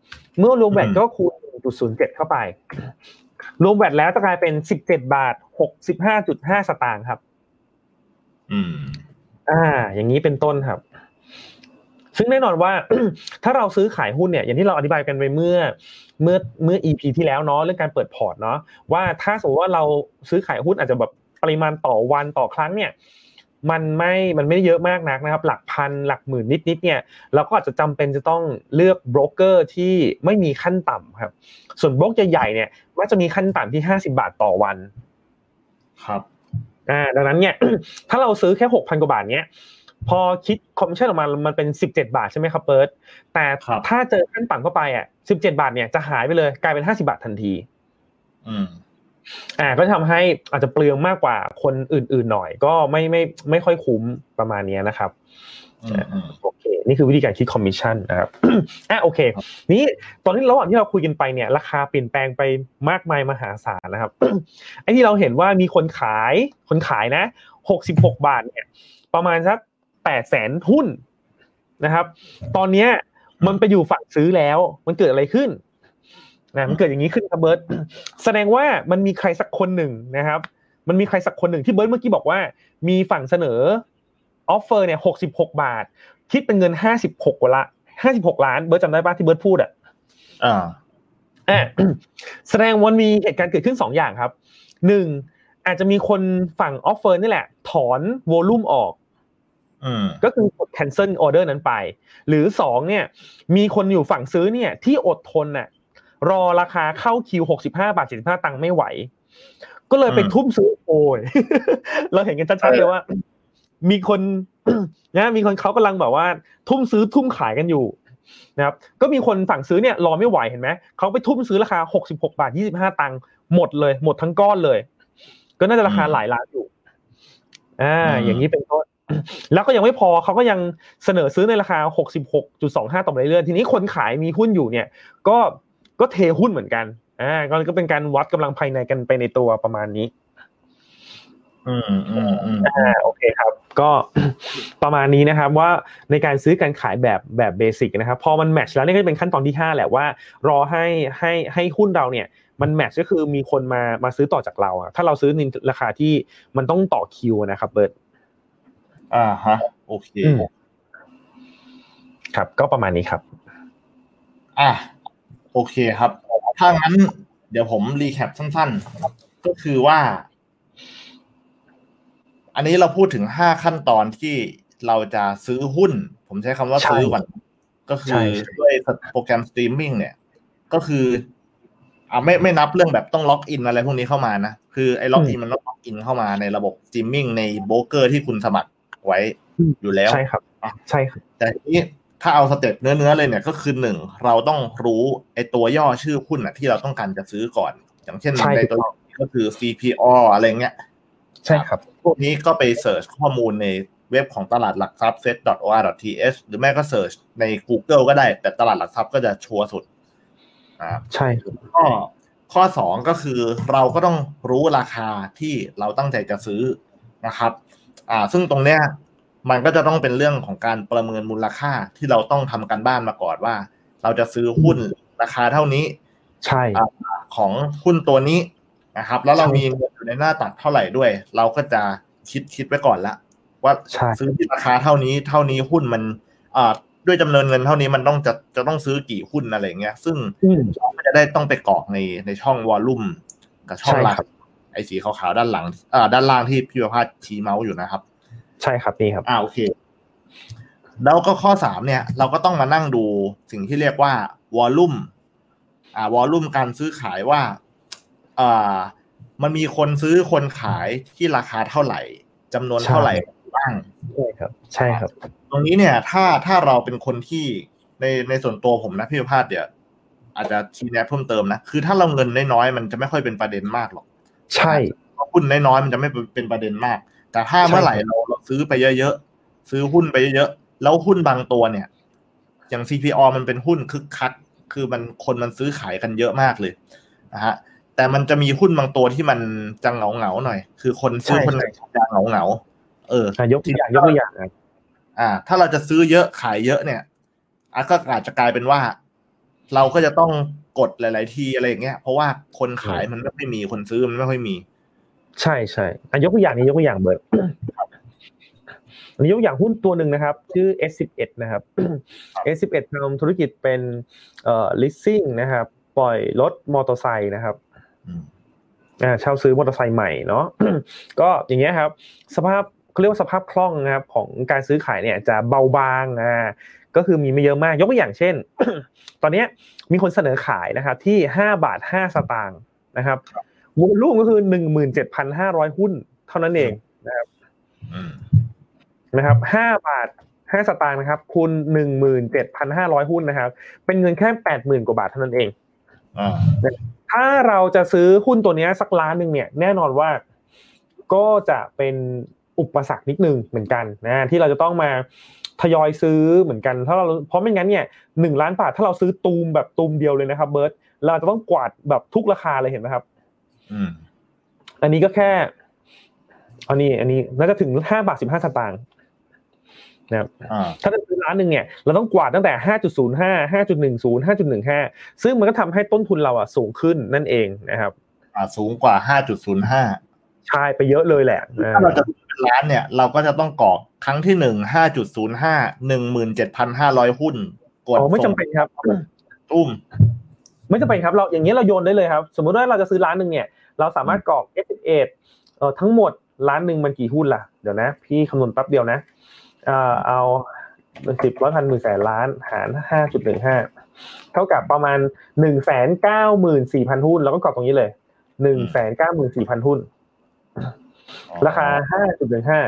เมื่อรวมแวตก็คูณ หนึ่งจุดศูนย์เจ็ด เข้าไปรวมแวตแล้วจะกลายเป็น สิบเจ็ดบาทหกสิบห้าจุดห้า สตางค์ครับอืมอ่าอย่างนี้เป็นต้นครับซึ่งแน่นอนว่า ถ้าเราซื้อขายหุ้นเนี่ยอย่างที่เราอธิบายกันไปเมื่อเมื่อเมื่อ อี พี ที่แล้วเนาะเรื่องการเปิดพอร์ตเนาะว่าถ้าสมมติว่าเราซื้อขายหุ้นอาจจะแบบปริมาณต่อวันต่อครั้งเนี่ยมันไม่มันไม่ได้เยอะมากนักนะครับหลักพันหลักหมื่นนิดๆเนี่ยเราก็อาจจะจำเป็นจะต้องเลือกโบรกเกอร์ที่ไม่มีขั้นต่ำครับส่วนโบรกใหญ่ๆเนี่ยมักจะมีขั้นต่ำที่ห้าสิบบาทต่อวันครับอ่าดังนั้นเนี่ย ถ้าเราซื้อแค่ หกพัน กว่าบาทเนี้ยพอคิดคอมมิชชั่นออกมามันเป็นสิบเจ็ดบาทใช่มั้ยครับเปิร์ดแต่ถ้าเจอขั้นต่ำเข้าไปอ่ะสิบเจ็ดบาทเนี่ยจะหายไปเลยกลายเป็นห้าสิบบาททันทีอืมอ่าก็ทำให้อาจจะเปลืองมากกว่าคนอื่นๆหน่อยก็ไม่ไม่ไม่ค่อยคุ้มประมาณนี้นะครับโอเคนี่คือวิธีการคิดคอมมิชชั่นนะครับอ่ะโอเคนี่ตอนนี้ระหว่างที่เราคุยกันไปเนี่ยราคาเปลี่ยนแปลงไปมากมายมหาศาลนะครับ ไอ้ที่เราเห็นว่ามีคนขายคนขายนะหกสิบหกบาทเนี่ยประมาณสักแปดแสนหุ้นนะครับตอนนี้มันไปอยู่ฝั่งซื้อแล้วมันเกิดอะไรขึ้นนะมันเกิดอย่างนี้ขึ้นครับเบิร์ตแสดงว่ามันมีใครสักคนหนึ่งนะครับมันมีใครสักคนหนึ่งที่เบิร์ตเมื่อกี้บอกว่ามีฝั่งเสนอออฟเฟอร์เนี่ยหกสิบหกบาทคิดเป็นเงินห้าสิบหกกว่าละห้าสิบหกล้านเบิร์ตจำได้ป่ะที่เบิร์ตพูดอ่ะอ่าอ่าแสดงว่ามีเหตุการณ์เกิดขึ้นสองอย่างครับหนึ่งอาจจะมีคนฝั่งออฟเฟอร์นี่แหละถอนโวลุ่มออกอืมก็คือกด cancel order นั้นไปหรือสองเนี่ยมีคนอยู่ฝั่งซื้อเนี่ยที่อดทนน่ะรอราคาเข้าคิวหกสิบห้าบาทเจ็ดสิบห้าตังค์ไม่ไหวก็เลยไปทุ่มซื้อโอ้ย เราเห็นกันชัดๆเลยว่ามีคนนะมีคนเขากำลังแบบว่าทุ่มซื้อทุ่มขายกันอยู่นะครับก็มีคนฝั่งซื้อเนี่ยรอไม่ไหวเห็นไหมเขาไปทุ่มซื้อราคาหกสิบหกบาทยี่สิบห้าตังค์หมดเลยหมดทั้งก้อนเลยก็น่าจะราคาหลายล้านอยู่อ่าอย่างนี้เป็นต้นแล้วก็ยังไม่พอเขาก็ยังเสนอซื้อในราคา หกสิบหกจุดสองห้า ต่อเรื่อยๆทีนี้คนขายมีหุ้นอยู่เนี่ยก็ก็เทหุ้นเหมือนกันอ่าก็เป็นการวัดกำลังภายในกันไปในตัวประมาณนี้อืมอืมอืมอ่าโอเคครับก็ประมาณนี้นะครับว่าในการซื้อการขายแบบแบบเบสิกนะครับพอมันแมทช์แล้วนี่ก็เป็นขั้นตอนที่ห้าแหละว่ารอให้ให้ให้หุ้นเราเนี่ยมันแมทช์ก็คือมีคนมามาซื้อต่อจากเราอ่ะถ้าเราซื้อในราคาที่มันต้องต่อคิวนะครับเบิร์ตอ่าฮะโอเคครับก็ประมาณนี้ครับอ่ะโอเคครับถ้างั้นเดี๋ยวผมรีแคปสั้นๆก็คือว่าอันนี้เราพูดถึงห้าขั้นตอนที่เราจะซื้อหุ้นผมใช้คำว่าซื้อก่อนก็คือด้วยโปรแกรมสตรีมมิ่งเนี่ยก็คืออ่าไม่ไม่นับเรื่องแบบต้องล็อกอินอะไรพวกนี้เข้ามานะคือไอ้ล็อกอินมันต้องล็อกอินเข้ามาในระบบสตรีมมิ่งในโบรกเกอร์ที่คุณสมัครไว้อยู่แล้วใช่ครับใช่ครับแต่ทีนี้ถ้าเอาสเต็ปเนื้อๆเลยเนี่ยก็คือหนึ่งเราต้องรู้ไอ้ตัวย่อชื่อหุ้นน่ะที่เราต้องการจะซื้อก่อนอย่างเช่นในตัวก็คือ ซี พี โอ อะไรเงี้ยใช่ครับพวกนี้ก็ไปเสิร์ชข้อมูลในเว็บของตลาดหลักทรัพย์ เซ็ต ดอท โอ อาร์ ดอท ที เอช หรือแม่ก็เสิร์ชใน Google ก็ได้แต่ตลาดหลักทรัพย์ก็จะชัวร์สุดอ่าใช่ก็ข้อสองก็คือเราก็ต้องรู้ราคาที่เราตั้งใจจะซื้อนะครับอ่าซึ่งตรงเนี้ยมันก็จะต้องเป็นเรื่องของการประเมินมูลค่าที่เราต้องทำการบ้านมาก่อนว่าเราจะซื้อหุ้นราคาเท่านี้ใช่ของหุ้นตัวนี้นะครับแล้วเรามีเงินอยู่ในหน้าตักเท่าไหร่ด้วยเราก็จะคิดคิดไว้ก่อนละว่าซื้อที่ราคาเท่านี้เท่านี้หุ้นมันอ่าด้วยจำนวนเงินเท่านี้มันต้องจะจะต้องซื้อกี่หุ้นอะไรเงี้ยซึ่งเราก็จะได้ต้องไปกรอกในในช่องวอลลุ่มกับช่องหลักไอ้สีขาวๆด้านหลังอ่าด้านล่างที่พี่ประภาสชี้เมาส์อยู่นะครับใช่ครับนี่ครับอ่าโอเคแล้วก็ข้อสามเนี่ยเราก็ต้องมานั่งดูสิ่งที่เรียกว่าวอลลุ่มอ่าวอลลุ่มการซื้อขายว่าอ่ามันมีคนซื้อคนขายที่ราคาเท่าไหร่จำนวนเท่าไหร่บ้างใช่ครับใช่ครับตรงนี้เนี่ยถ้าถ้าเราเป็นคนที่ในในส่วนตัวผมนะพี่ประภาสเดี๋ยวอาจจะชี้แนะเพิ่มเติมนะคือถ้าเราเงินน้อยๆมันจะไม่ค่อยเป็นประเด็นมากหรอกใช่หุ้นน้อยๆมันจะไม่เป็นประเด็นมากแต่ถ้าเมื่อไหร่เราเราซื้อไปเยอะๆซื้อหุ้นไปเยอะๆแล้วหุ้นบางตัวเนี่ยอย่าง ซี พี โอ มันเป็นหุ้นคึกคักคือมันคนมันซื้อขายกันเยอะมากเลยนะฮะแต่มันจะมีหุ้นบางตัวที่มันจะเหงาเหงาหน่อยคือคนซื้อคนไหนจะเหงาเหงาเออยกตัวอย่างยกตัวอย่างอ่าถ้าเราจะซื้อเยอะขายเยอะเนี่ยอ่ะก็อาจจะกลายเป็นว่าเราก็จะต้องกดหลายๆทีอะไรอย่างเงี้ยเพราะว่าคนขายมันไม่ค่อยมีคนซื้อมันไม่ค่อยมีใช่ใช่อ่ะยกตัวอย่างนี้ยกตัวอย่างเบิร์ดอันนี้ยกอย่างหุ้นตัวหนึ่งนะครับชื่อ เอส สิบเอ็ด นะครับ เอส สิบเอ็ด ทำธุรกิจเป็นเอ่อ leasing นะครับปล่อยรถมอเตอร์ไซค์นะครับอ่าเช่าซื้อมอเตอร์ไซค์ใหม่เนาะ ก็อย่างเงี้ยครับสภาพเขาเรียกว่าสภาพคล่องนะครับของการซื้อขายเนี่ยจะเบาบางอ่าก็คือมีไม่เยอะมากยกตัวอย่างเช่น ตอนนี้มีคนเสนอขายนะครับที่ห้าบาทห้าสตางค์นะครับวอลุ่มก็คือ หนึ่งหมื่นเจ็ดพันห้าร้อย หุ้นเท่านั้นเองนะครับนะครับห้าบาทห้าสตางค์นะครับคูณ หนึ่งหมื่นเจ็ดพันห้าร้อย หุ้นนะครับเป็นเงินแค่ แปดหมื่น กว่าบาทเท่านั้นเองถ้าเราจะซื้อหุ้นตัวนี้สักล้านนึงเนี่ยแน่นอนว่าก็จะเป็นอุปสรรคนิดนึงเหมือนกันนะที่เราจะต้องมาทยอยซื้อเหมือนกันถ้าเราเพราะไม่งั้นเนี่ยหนึ่งล้านบาทถ้าเราซื้อตูมแบบตูมเดียวเลยนะครับเบิร์ตเราจะต้องกวาดแบบทุกราคาเลยเห็นไหมครับอืมอันนี้ก็แค่อันนี้อันนี้น่าจะถึงห้าบาทสิบห้าสตางค์นะครับถ้าจะซื้อล้านนึงเนี่ยเราต้องกวาดตั้งแต่ ห้าจุดศูนย์ห้า ห้าจุดหนึ่งศูนย์ ห้าจุดหนึ่งห้า ซึ่งมันก็ทำให้ต้นทุนเราอ่ะสูงขึ้นนั่นเองนะครับอ่าสูงกว่า ห้าจุดศูนย์ห้าใช่ไปเยอะเลยแหละถ้าเราจะซื้อเป็นล้านเนี่ยเราก็จะต้องกรอกครั้งที่หนึ่ง ห้าจุดศูนย์ห้า หนึ่งหมื่นเจ็ดพันห้าร้อย หุ้นกดอ๋อไม่จำเป็นครับตุ้มไม่จำเป็นครับเราอย่างนี้เราโยนได้เลยครับสมมุติว่าเราจะซื้อล้านนึงเนี่ยเราสามารถกรอก เอส สิบเอ็ด เอ่อทั้งหมดล้านนึงมันกี่หุ้นล่ะเดี๋ยวนะพี่คำนวณแป๊บเดียวนะเอ่อเอาสิบ ร้อย พัน หมื่นแสนล้านหาร ห้าจุดหนึ่งห้า เท่ากับประมาณ หนึ่งแสนเก้าหมื่นสี่พัน หุ้นแล้วก็กรอกตรงนี้เลย หนึ่งแสนเก้าหมื่นสี่พัน หุ้นราคา ห้าจุดหนึ่งห้า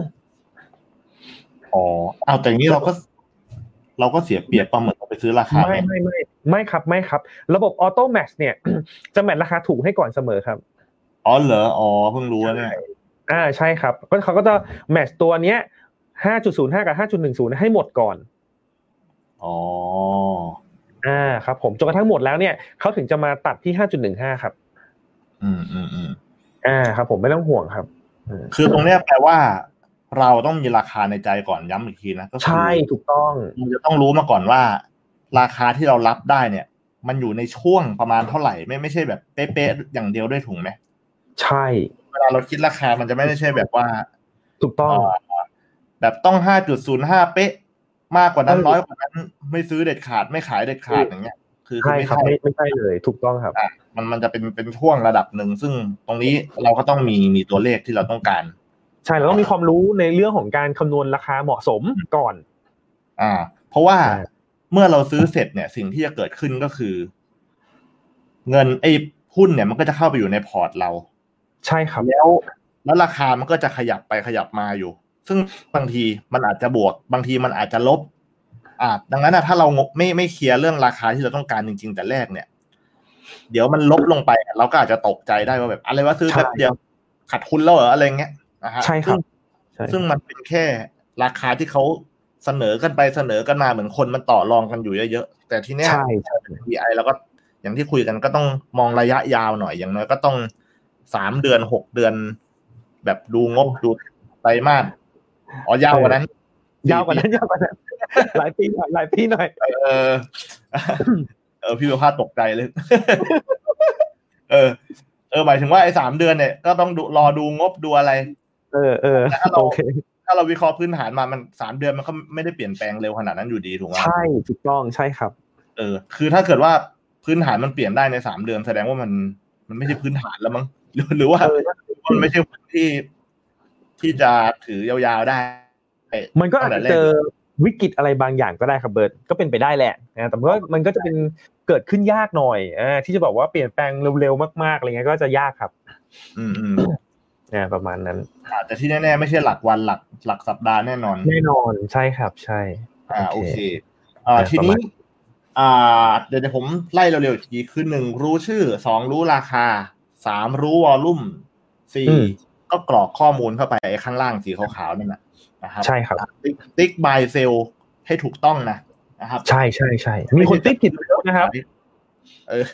อ๋อเอาแต่งี้เราก็เราก็เสียเปรียบประเมินไปซื้อราคาไม่ไม่ไม่ไม่ครับไม่ครับระบบออโต้แมทช์เนี่ยจะแมทราคาถูกให้ก่อนเสมอครับอ๋อเหรออ๋อเพิ่งรู้เนี่ยอ่าใช่ครับก็เขาก็จะแมทช์ตัวเนี้ย ห้าจุดศูนย์ห้า กับ ห้าจุดหนึ่งศูนย์ ให้หมดก่อนอ๋ออ่าครับผมจนกระทั่งหมดแล้วเนี่ยเขาถึงจะมาตัดที่ ห้าจุดหนึ่งห้า ครับอืมอืมอืมอ่าครับผมไม่ต้องห่วงครับคือตรงเนี้ยแปลว่าเราต้องมีราคาในใจก่อนย้ำอีกทีนะก็ใช่ถูกต้องเราจะต้องรู้มาก่อนว่าราคาที่เรารับได้เนี่ยมันอยู่ในช่วงประมาณเท่าไหร่ไม่ไม่ใช่แบบเป๊ะๆอย่างเดียวด้วยถูกไหมใช่เวลาเราคิดราคามันจะไม่ได้ใช่แบบว่าถูกต้องแบบต้อง ห้าจุดศูนย์ห้า เป๊ะมากกว่านั้นน้อยกว่านั้นไม่ซื้อเด็ดขาดไม่ขายเด็ดขาดอย่างเงี้ยคือไม่ใช่ไม่ใช่เลยถูกต้องครับอ่ะมันมันจะเป็นเป็นช่วงระดับหนึ่งซึ่งตรงนี้เราก็ต้องมีมีตัวเลขที่เราต้องการใช่เราต้องมีความรู้ในเรื่องของการคำนวณราคาเหมาะสมก่อนอ่าเพราะว่าเมื่อเราซื้อเสร็จเนี่ยสิ่งที่จะเกิดขึ้นก็คือเงินไอ้หุ้นเนี่ยมันก็จะเข้าไปอยู่ในพอร์ตเราใช่ครับแล้วแล้วราคามันก็จะขยับไปขยับมาอยู่ซึ่งบางทีมันอาจจะบวกบางทีมันอาจจะลบอ่าดังนั้นนะถ้าเราไม่ไม่เคลียร์เรื่องราคาที่เราต้องการจริงๆแต่แรกเนี่ยเดี๋ยวมันลบลงไปเราก็อาจจะตกใจได้ว่าแบบอะไรว่าซื้อแป๊บเดียวขาดทุนแล้วเหรออะไรเงี้ยนะฮะใช่ครับซึ่งมันเป็นแค่ราคาที่เขาเสนอกันไปเสนอกันมาเหมือนคนมันต่อรองกันอยู่เยอะๆแต่ทีเนี้ย วี ไอ เราก็อย่างที่คุยกันก็ต้องมองระยะยาวหน่อยอย่างน้อยก็ต้องสามเดือนหกเดือนแบบดูงบดูไตรมาสอ๋อยาวกว่านั้นยาวกว่านั้นยาวกว่านั้นหลายปีหน่อยหลายปีหน่อยเออเออพี่ประภาสตกใจเลยเออเออหมายถึงว่าไอ้สามเดือนเนี่ยก็ต้องดูรอดูงบดูอะไรเออเออโอเคถ้าเราวิเคราะห์พื้นฐานมามันสามเดือนมันก็ไม่ได้เปลี่ยนแปลงเร็วขนาดนั้นอยู่ดีถูกไหมใช่ถูกต้องใช่ครับเออคือถ้าเกิดว่าพื้นฐานมันเปลี่ยนได้ในสามเดือนแสดงว่ามันมันไม่ใช่พื้นฐานแล้วมั้งหรือว่ามันไม่ใช่หุ้นที่ที่จะถือยาวๆได้มันก็อาจจะเจอวิกฤตอะไรบางอย่างก็ได้ครับเบิร์ตก็เป็นไปได้แหละนะแต่ว่ามันก็จะเป็นเกิดขึ้นยากหน่อยอ่าที่จะบอกว่าเปลี่ยนแปลงเร็วๆมากๆอะไรเงี้ยก็จะยากครับอืมอืมเนี่ยประมาณนั้นอาจจะที่แน่ๆไม่ใช่หลักวันหลักหลักสัปดาห์แน่นอนแน่นอนใช่ครับใช่อ่าโอเคอ่าทีนี้อ่าเดี๋ยวผมไล่เร็วๆอีกทีคือหนึ่งรู้ชื่อสองรู้ราคาสามรู้วอลลุ่มสี่ก็กรอกข้อมูลเข้าไปข้างล่างสีขาวๆนั่นน่ะนะครับใช่ครับติ๊กบายเซลให้ถูกต้องนะนะครับใช่ใช่ใช่มีคนติ๊กผิดเยอะนะครับเออ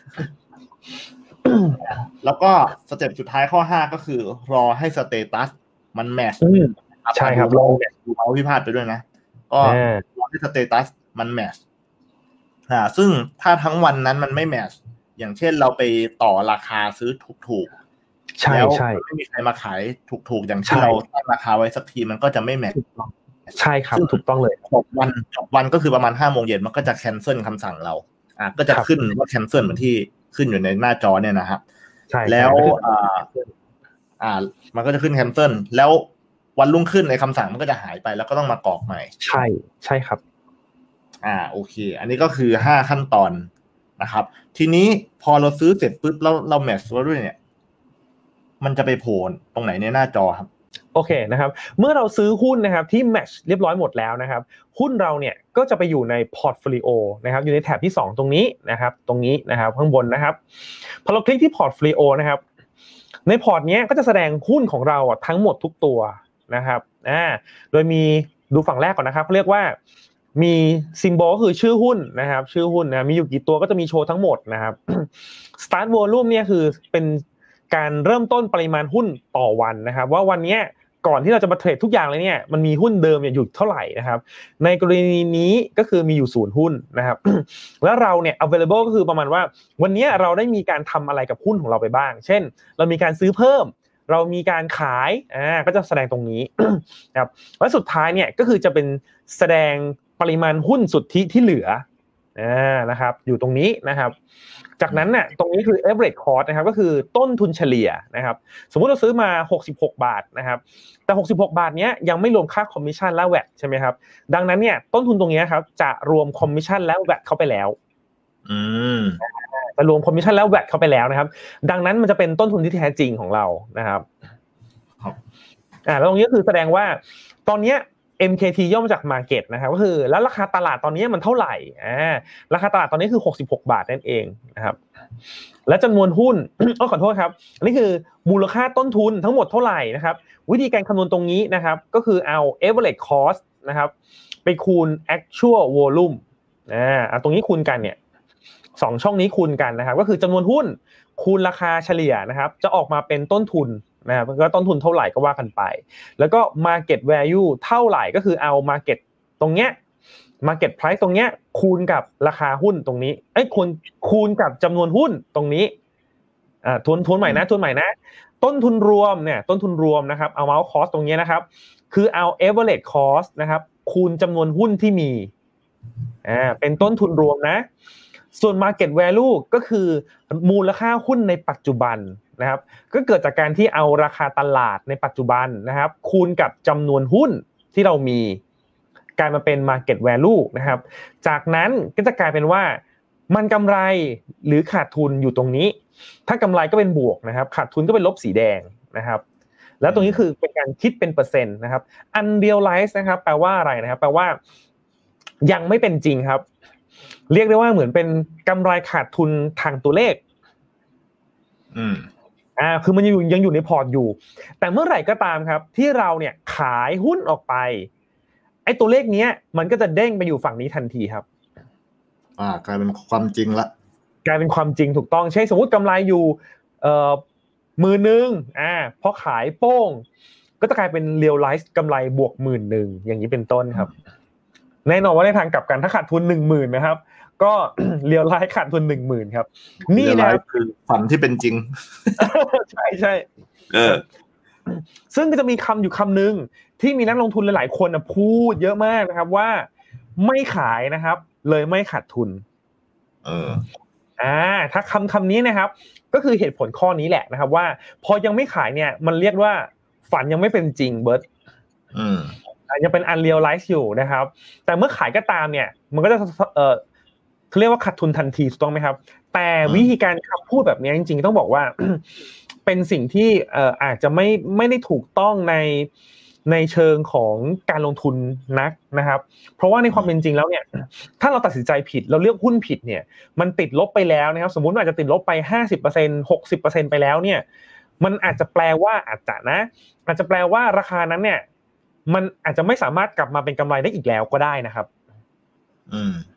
แล้วก็สเต็ปสุดท้ายข้อห้าก็คือรอให้สเตตัสมันแมทช์ใช่ครับลองแมทช์ดูเขาพิพาทไปด้วยนะก็รอให้สเตตัสมันแมทช์อ่าซึ่งถ้าทั้งวันนั้นมันไม่แมทช์อย่างเช่นเราไปต่อราคาซื้อถูกๆใช่แล้วใช่ไม่มีใครมาขายถูกๆอย่างที่เราตั้งราคาไว้สักทีมันก็จะไม่แมทช์ใช่ครับถูกต้องเลยจบวันจบวันก็คือประมาณห้าโมงเย็นมันก็จะแคนเซิลคำสั่งเราอ่าก็จะขึ้นว่าแคนเซิลเหมือนที่ขึ้นอยู่ในหน้าจอเนี่ยนะครับแล้วอ่าอ่ามันก็จะขึ้นแคนเซิลแล้ววันรุ่งขึ้นในคำสั่งมันก็จะหายไปแล้วก็ต้องมากรอกใหม่ใช่ใช่ครับอ่าโอเคอันนี้ก็คือห้าขั้นตอนนะครับทีนี้พอเราซื้อเสร็จปุ๊บแล้วเราแมทช์ไว้ด้วยเนี่ยมันจะไปโผล่ตรงไหนในหน้าจอครับโอเคนะครับเมื่อเราซื้อหุ้นนะครับที่แมทช์เรียบร้อยหมดแล้วนะครับหุ้นเราเนี่ยก็จะไปอยู่ในพอร์ตโฟลิโอนะครับอยู่ในแถบที่สองตรงนี้นะครับตรงนี้นะครับข้างบนนะครับพอเราคลิกที่พอร์ตโฟลิโอนะครับในพอร์ตเนี้ยก็จะแสดงหุ้นของเราอ่ะทั้งหมดทุกตัวนะครับอ่าโดยมีดูฝั่งแรกก่อนนะครับเขาเรียกว่ามีซิมโบลก็คือชื่อหุ้นนะครับชื่อหุ้นนะมีอยู่กี่ตัวก็จะมีโชว์ทั้งหมดนะครับ Start Volume เนี่ยคือเป็นการเริ่มต้นปริมาณหุ้นต่อวันนะครับว่าวันนี้ก่อนที่เราจะมาเทรดทุกอย่างเลยเนี่ยมันมีหุ้นเดิมอยู่เท่าไหร่นะครับในกรณีนี้ก็คือมีอยู่ศูนย์หุ้นนะครับ แล้วเราเนี่ย available ก็คือประมาณว่าวันนี้เราได้มีการทำอะไรกับหุ้นของเราไปบ้างเช่นเรามีการซื้อเพิ่มเรามีการขายอ่าก็จะแสดงตรงนี้ นะครับและสุดท้ายเนี่ยก็คือจะเป็นแสดงปริมาณหุ้นสุทธิที่เหลืออ่านะครับอยู่ตรงนี้นะครับจากนั้นน่ะตรงนี้คือ average cost นะครับก็คือต้นทุนเฉลี่ยนะครับสมมุติเราซื้อมาหกสิบหกบาทนะครับแต่หกสิบหกบาทเนี้ยยังไม่รวมค่าคอมมิชชั่นและ แวต ใช่ไหมครับดังนั้นเนี่ยต้นทุนตรงนี้ครับจะรวมคอมมิชชั่นและ แวต เข้าไปแล้วอืมจะรวมคอมมิชชั่นและ แวต เข้าไปแล้วนะครับดังนั้นมันจะเป็นต้นทุนที่แท้จริงของเรานะครับครับอ่าแล้วตรงนี้คือแสดงว่าตอนเนี้ยเอ็ม เค ที ย่อมาจาก market นะครับก็คือแล้วราคาตลาดตอนนี้มันเท่าไหร่อ่าราคาตลาดตอนนี้คือหกสิบหกบาทนั่นเองนะครับและจำนวนหุ้น อ้อขอโทษครับอันนี้คือมูลค่าต้นทุนทั้งหมดเท่าไหร่นะครับวิธีการคำนวณตรงนี้นะครับก็คือเอา average cost นะครับไปคูณ actual volume อ่าตรงนี้คูณกันเนี่ยสองช่องนี้คูณกันนะครับก็คือจำนวนหุ้นคูณราคาเฉลี่ยนะครับจะออกมาเป็นต้นทุนนะครับก็ต้นทุนเท่าไหร่ก็ว่ากันไปแล้วก็ market value เท่าไหร่ก็คือเอา market ตรงเนี้ย market price ตรงเนี้ยคูณกับราคาหุ้นตรงนี้เอ้ยคูณคูณกับจำนวนหุ้นตรงนี้อ่าทวนทวนใหม่นะทวนใหม่นะต้นทุนรวมเนี่ยต้นทุนรวมนะครับเอา amount cost ตรงนี้นะครับคือเอา average cost นะครับคูณจำนวนหุ้นที่มีอ่าเป็นต้นทุนรวมนะส่วน market value ก็คือมูลค่าหุ้นในปัจจุบันนะครับก็เกิดจากการที่เอาราคาตลาดในปัจจุบันนะครับคูณกับจำนวนหุ้นที่เรามีกลายมาเป็น market value นะครับจากนั้นก็จะกลายเป็นว่ามันกำไรหรือขาดทุนอยู่ตรงนี้ถ้ากำไรก็เป็นบวกนะครับขาดทุนก็เป็นลบสีแดงนะครับแล้วตรงนี้คือเป็นการคิดเป็นเปอร์เซ็นต์นะครับ unrealized นะครับแปลว่าอะไรนะครับแปลว่ายังไม่เป็นจริงครับเรียกได้ว่าเหมือนเป็นกำไรขาดทุนทางตัวเลขอืมอ่าคือมันยังอยู่ยังอยู่ในพอร์ตอยู่แต่เมื่อไหร่ก็ตามครับที่เราเนี่ยขายหุ้นออกไปไอ้ตัวเลขเนี้ยมันก็จะเด้งไปอยู่ฝั่งนี้ทันทีครับอ่ากลายเป็นความจริงละกลายเป็นความจริงถูกต้องใช่สมมุติกำไรอยู่เอ่อหมื่นนึงอ่าพอขายโป้งก็จะกลายเป็น realize กำไรบวกหมื่นนึงอย่างนี้เป็นต้นครับแน่นอนว่าในทางกลับกันถ้าขาดทุน หนึ่งหมื่น นะครับก็เรียลไลฟ์ขาดทุน หนึ่งหมื่น ครับนี่นะครับคือฝันที่เป็นจริงใช่ๆเออซึ่งก็จะมีคำอยู่คำนึงที่มีนักลงทุนหลายๆคนน่ะพูดเยอะมากนะครับว่าไม่ขายนะครับเลยไม่ขาดทุนเอออ่าถ้าคำคำนี้นะครับก็คือเหตุผลข้อนี้แหละนะครับว่าพอยังไม่ขายเนี่ยมันเรียกว่าฝันยังไม่เป็นจริงเบิร์ตอืมยังเป็น unrealized อยู่นะครับแต่เมื่อขายก็ตามเนี่ยมันก็จะเอ่อเขาเรียกว่าขาดทุนทันทีถูกต้องไหมครับแต่วิธีการคำพูดแบบนี้จริงๆต้องบอกว่า เป็นสิ่งที่เอ่ออาจจะไม่ไม่ได้ถูกต้องในในเชิงของการลงทุนนักนะครับเพราะว่าในความเป็นจริงแล้วเนี่ยถ้าเราตัดสินใจผิดเราเลือกหุ้นผิดเนี่ยมันติดลบไปแล้วนะครับสมมุติว่าอาจจะติดลบไป ห้าสิบเปอร์เซ็นต์ หกสิบเปอร์เซ็นต์ ไปแล้วเนี่ยมันอาจจะแปลว่าอาจจะนะอาจจะแปลว่าราคานั้นเนี่ยมันอาจจะไม่สามารถกลับมาเป็นกำไรได้อีกแล้วก็ได้นะครับอืม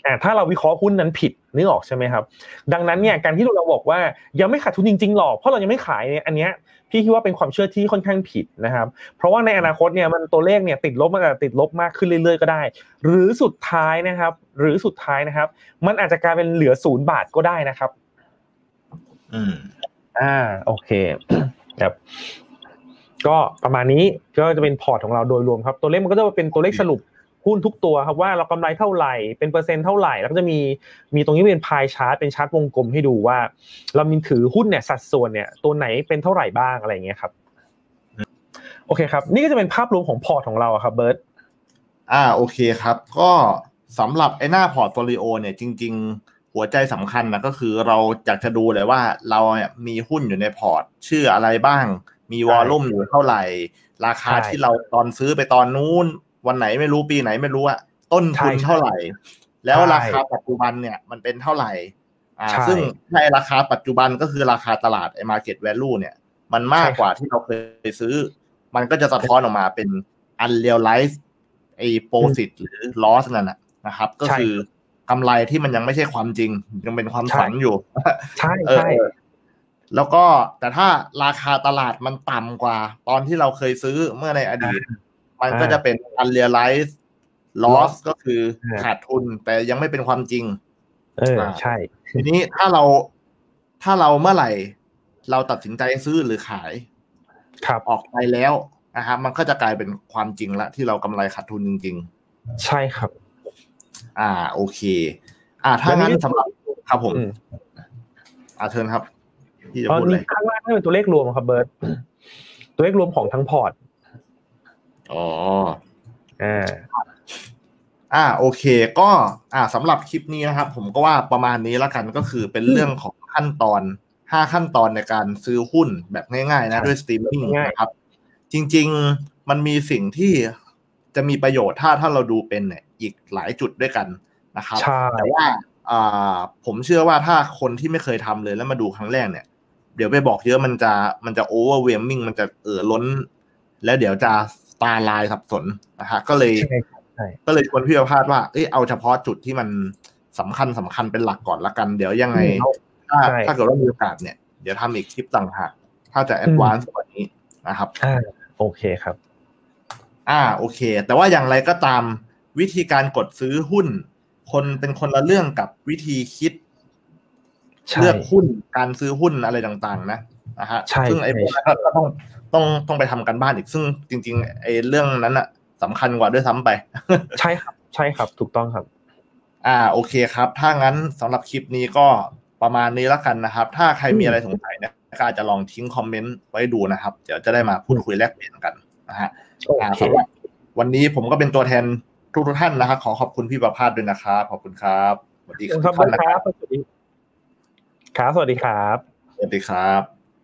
อ่าถ้าเราวิเคราะห์หุ้นนั้นผิดนึกออกใช่ไหมครับดังนั้นเนี่ยการที่เราบอกว่ายังไม่ขาดทุนจริงๆหรอกเพราะเรายังไม่ขายเนี่ยอันเนี้ยพี่คิดว่าเป็นความเชื่อที่ค่อนข้างผิดนะครับเพราะว่าในอนาคตเนี่ยมันตัวเลขเนี่ยติดลบมันอาจจะติดลบมากขึ้นเรื่อยๆก็ได้หรือสุดท้ายนะครับหรือสุดท้ายนะครับมันอาจจะกลายเป็นเหลือศูนย์บาทก็ได้นะครับอืมอ่าโอเคครับก็ประมาณนี้ก็จะเป็นพอร์ตของเราโดยรวมครับตัวเลขมันก็จะเป็นตัวเลขสรุปหุ้นทุกตัวครับว่าเรากำไรเท่าไหร่เป็นเปอร์เซ็นต์เท่าไหร่แล้วก็จะมีมีตรงนี้เป็นพายชาร์ตเป็นชาร์ตวงกลมให้ดูว่าเรามีถือหุ้นเนี่ยสัดส่วนเนี่ยตัวไหนเป็นเท่าไหร่บ้างอะไรอย่างเงี้ยครับโอเคครับนี่ก็จะเป็นภาพรวมของพอร์ตของเราครับเบิร์ตอ่าโอเคครับก็สำหรับไอ้หน้าพอร์ตโฟลิโอเนี่ยจริงๆหัวใจสำคัญนะก็คือเราอยากจะดูเลยว่าเราเนี่ยมีหุ้นอยู่ในพอร์ตชื่ออะไรบ้างมีวอลลุ่มอยู่เท่าไหร่ราคาที่เราตอนซื้อไปตอนนู้นวันไหนไม่รู้ปีไหนไม่รู้อะต้นทุนเท่าไหร่แล้วราคาปัจจุบันเนี่ยมันเป็นเท่าไหร่อ่าซึ่งในราคาปัจจุบันก็คือราคาตลาดไอ้ market value เนี่ยมันมากกว่าที่เราเคยซื้อมันก็จะสะท้อนออกมาเป็น unrealized ไอ้ profit หรือ loss นั่นน่ะนะครับก็คือกำไรที่มันยังไม่ใช่ความจริงยังเป็นความฝันอยู่ใช่ใช่แล้วก็แต่ถ้าราคาตลาดมันต่ำกว่าตอนที่เราเคยซื้อเมื่อในอดีตมันก็จะเป็น unrealized loss ก็คือขาดทุนแต่ยังไม่เป็นความจริงเออใช่ทีนี้ถ้าเราถ้าเราเมื่อไหร่เราตัดสินใจซื้อหรือขายครับออกไปแล้วนะครับมันก็จะกลายเป็นความจริงละที่เรากำไรขาดทุนจริงๆใช่ครับอ่าโอเคอ่าถ้างั้นสำหรับครับผมอ่าเชิญครับที่จะพูดเลยข้างล่างนี่เป็นตัวเลขรวมครับเบิร์ตตัวเลขรวมของทั้งพอร์ตอ๋ออ่าอ่าโอเคก็อ่าสำหรับคลิปนี้นะครับผมก็ว่าประมาณนี้แล้วกันก็คือเป็นเรื่องของขั้นตอนห้าขั้นตอนในการซื้อหุ้นแบบง่ายๆนะด้วยสตรีมมิ่งนะครับจริงๆมันมีสิ่งที่จะมีประโยชน์ถ้าถ้าเราดูเป็นเนี่ยอีกหลายจุดด้วยกันนะครับแต่ว่าอ่าผมเชื่อว่าถ้าคนที่ไม่เคยทำเลยแล้วมาดูครั้งแรกเนี่ยเดี๋ยวไปบอกเยอะมันจะมันจะโอเวอร์เวลมิ่งมันจะเอ่อล้นแล้วเดี๋ยวจะตาลายสับสนนะฮะก็เลยก็เลยชวนพี่ประภาสว่าเอ้ยเอาเฉพาะจุดที่มันสำคัญสำคัญเป็นหลักก่อนละกันเดี๋ยวยังไงถ้าถ้าเกิดว่ามีโอกาสเนี่ยเดี๋ยวทำอีกคลิปต่างหากถ้าจะแอดวานซ์กว่านี้นะครับอ่าโอเคครับอ่าโอเคแต่ว่าอย่างไรก็ตามวิธีการกดซื้อหุ้นคนเป็นคนละเรื่องกับวิธีคิดเลือกหุ้นการซื้อหุ้นอะไรต่างๆนะนะฮะซึ่งไอ้พวกนั้นก็ต้องต้องต้องไปทำกันบ้านอีกซึ่งจริงๆไอ้เรื่องนั้นอะสำคัญกว่าด้วยซ้ำไปใช่ครับใช่ครับถูกต้องครับอ่าโอเคครับถ้างั้นสำหรับคลิปนี้ก็ประมาณนี้แล้วกันนะครับถ้าใครมีอะไรสงสัยเนี่ยก็อาจจะลองทิ้งคอมเมนต์ไว้ดูนะครับเดี๋ยวจะได้มาพูดคุยแลกเปลี่ยนกันนะฮะอ่าสำหรับวันนี้ผมก็เป็นตัวแทนทุกทุกท่านนะครับขอขอบคุณพี่ประภาสด้วยนะครับขอบคุณครับสวัสดีครับครับสวัสดีครับสวัสดีครับสวัสดีครับสวัสดีครับ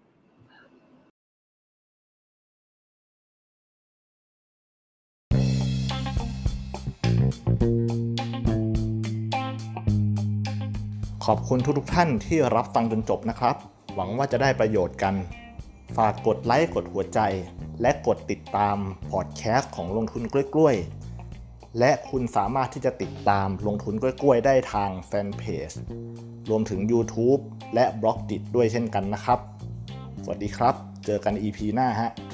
ขอบคุณทุกๆท่านที่รับฟังจนจบนะครับหวังว่าจะได้ประโยชน์กันฝากกดไลค์กดหัวใจและกดติดตามพอดแคสต์ของลงทุนกล้วยๆและคุณสามารถที่จะติดตามลงทุนกล้วยๆได้ทางแฟนเพจรวมถึง YouTube และ บล็อกดิต ด้วยเช่นกันนะครับสวัสดีครับเจอกัน อี พี หน้าฮะ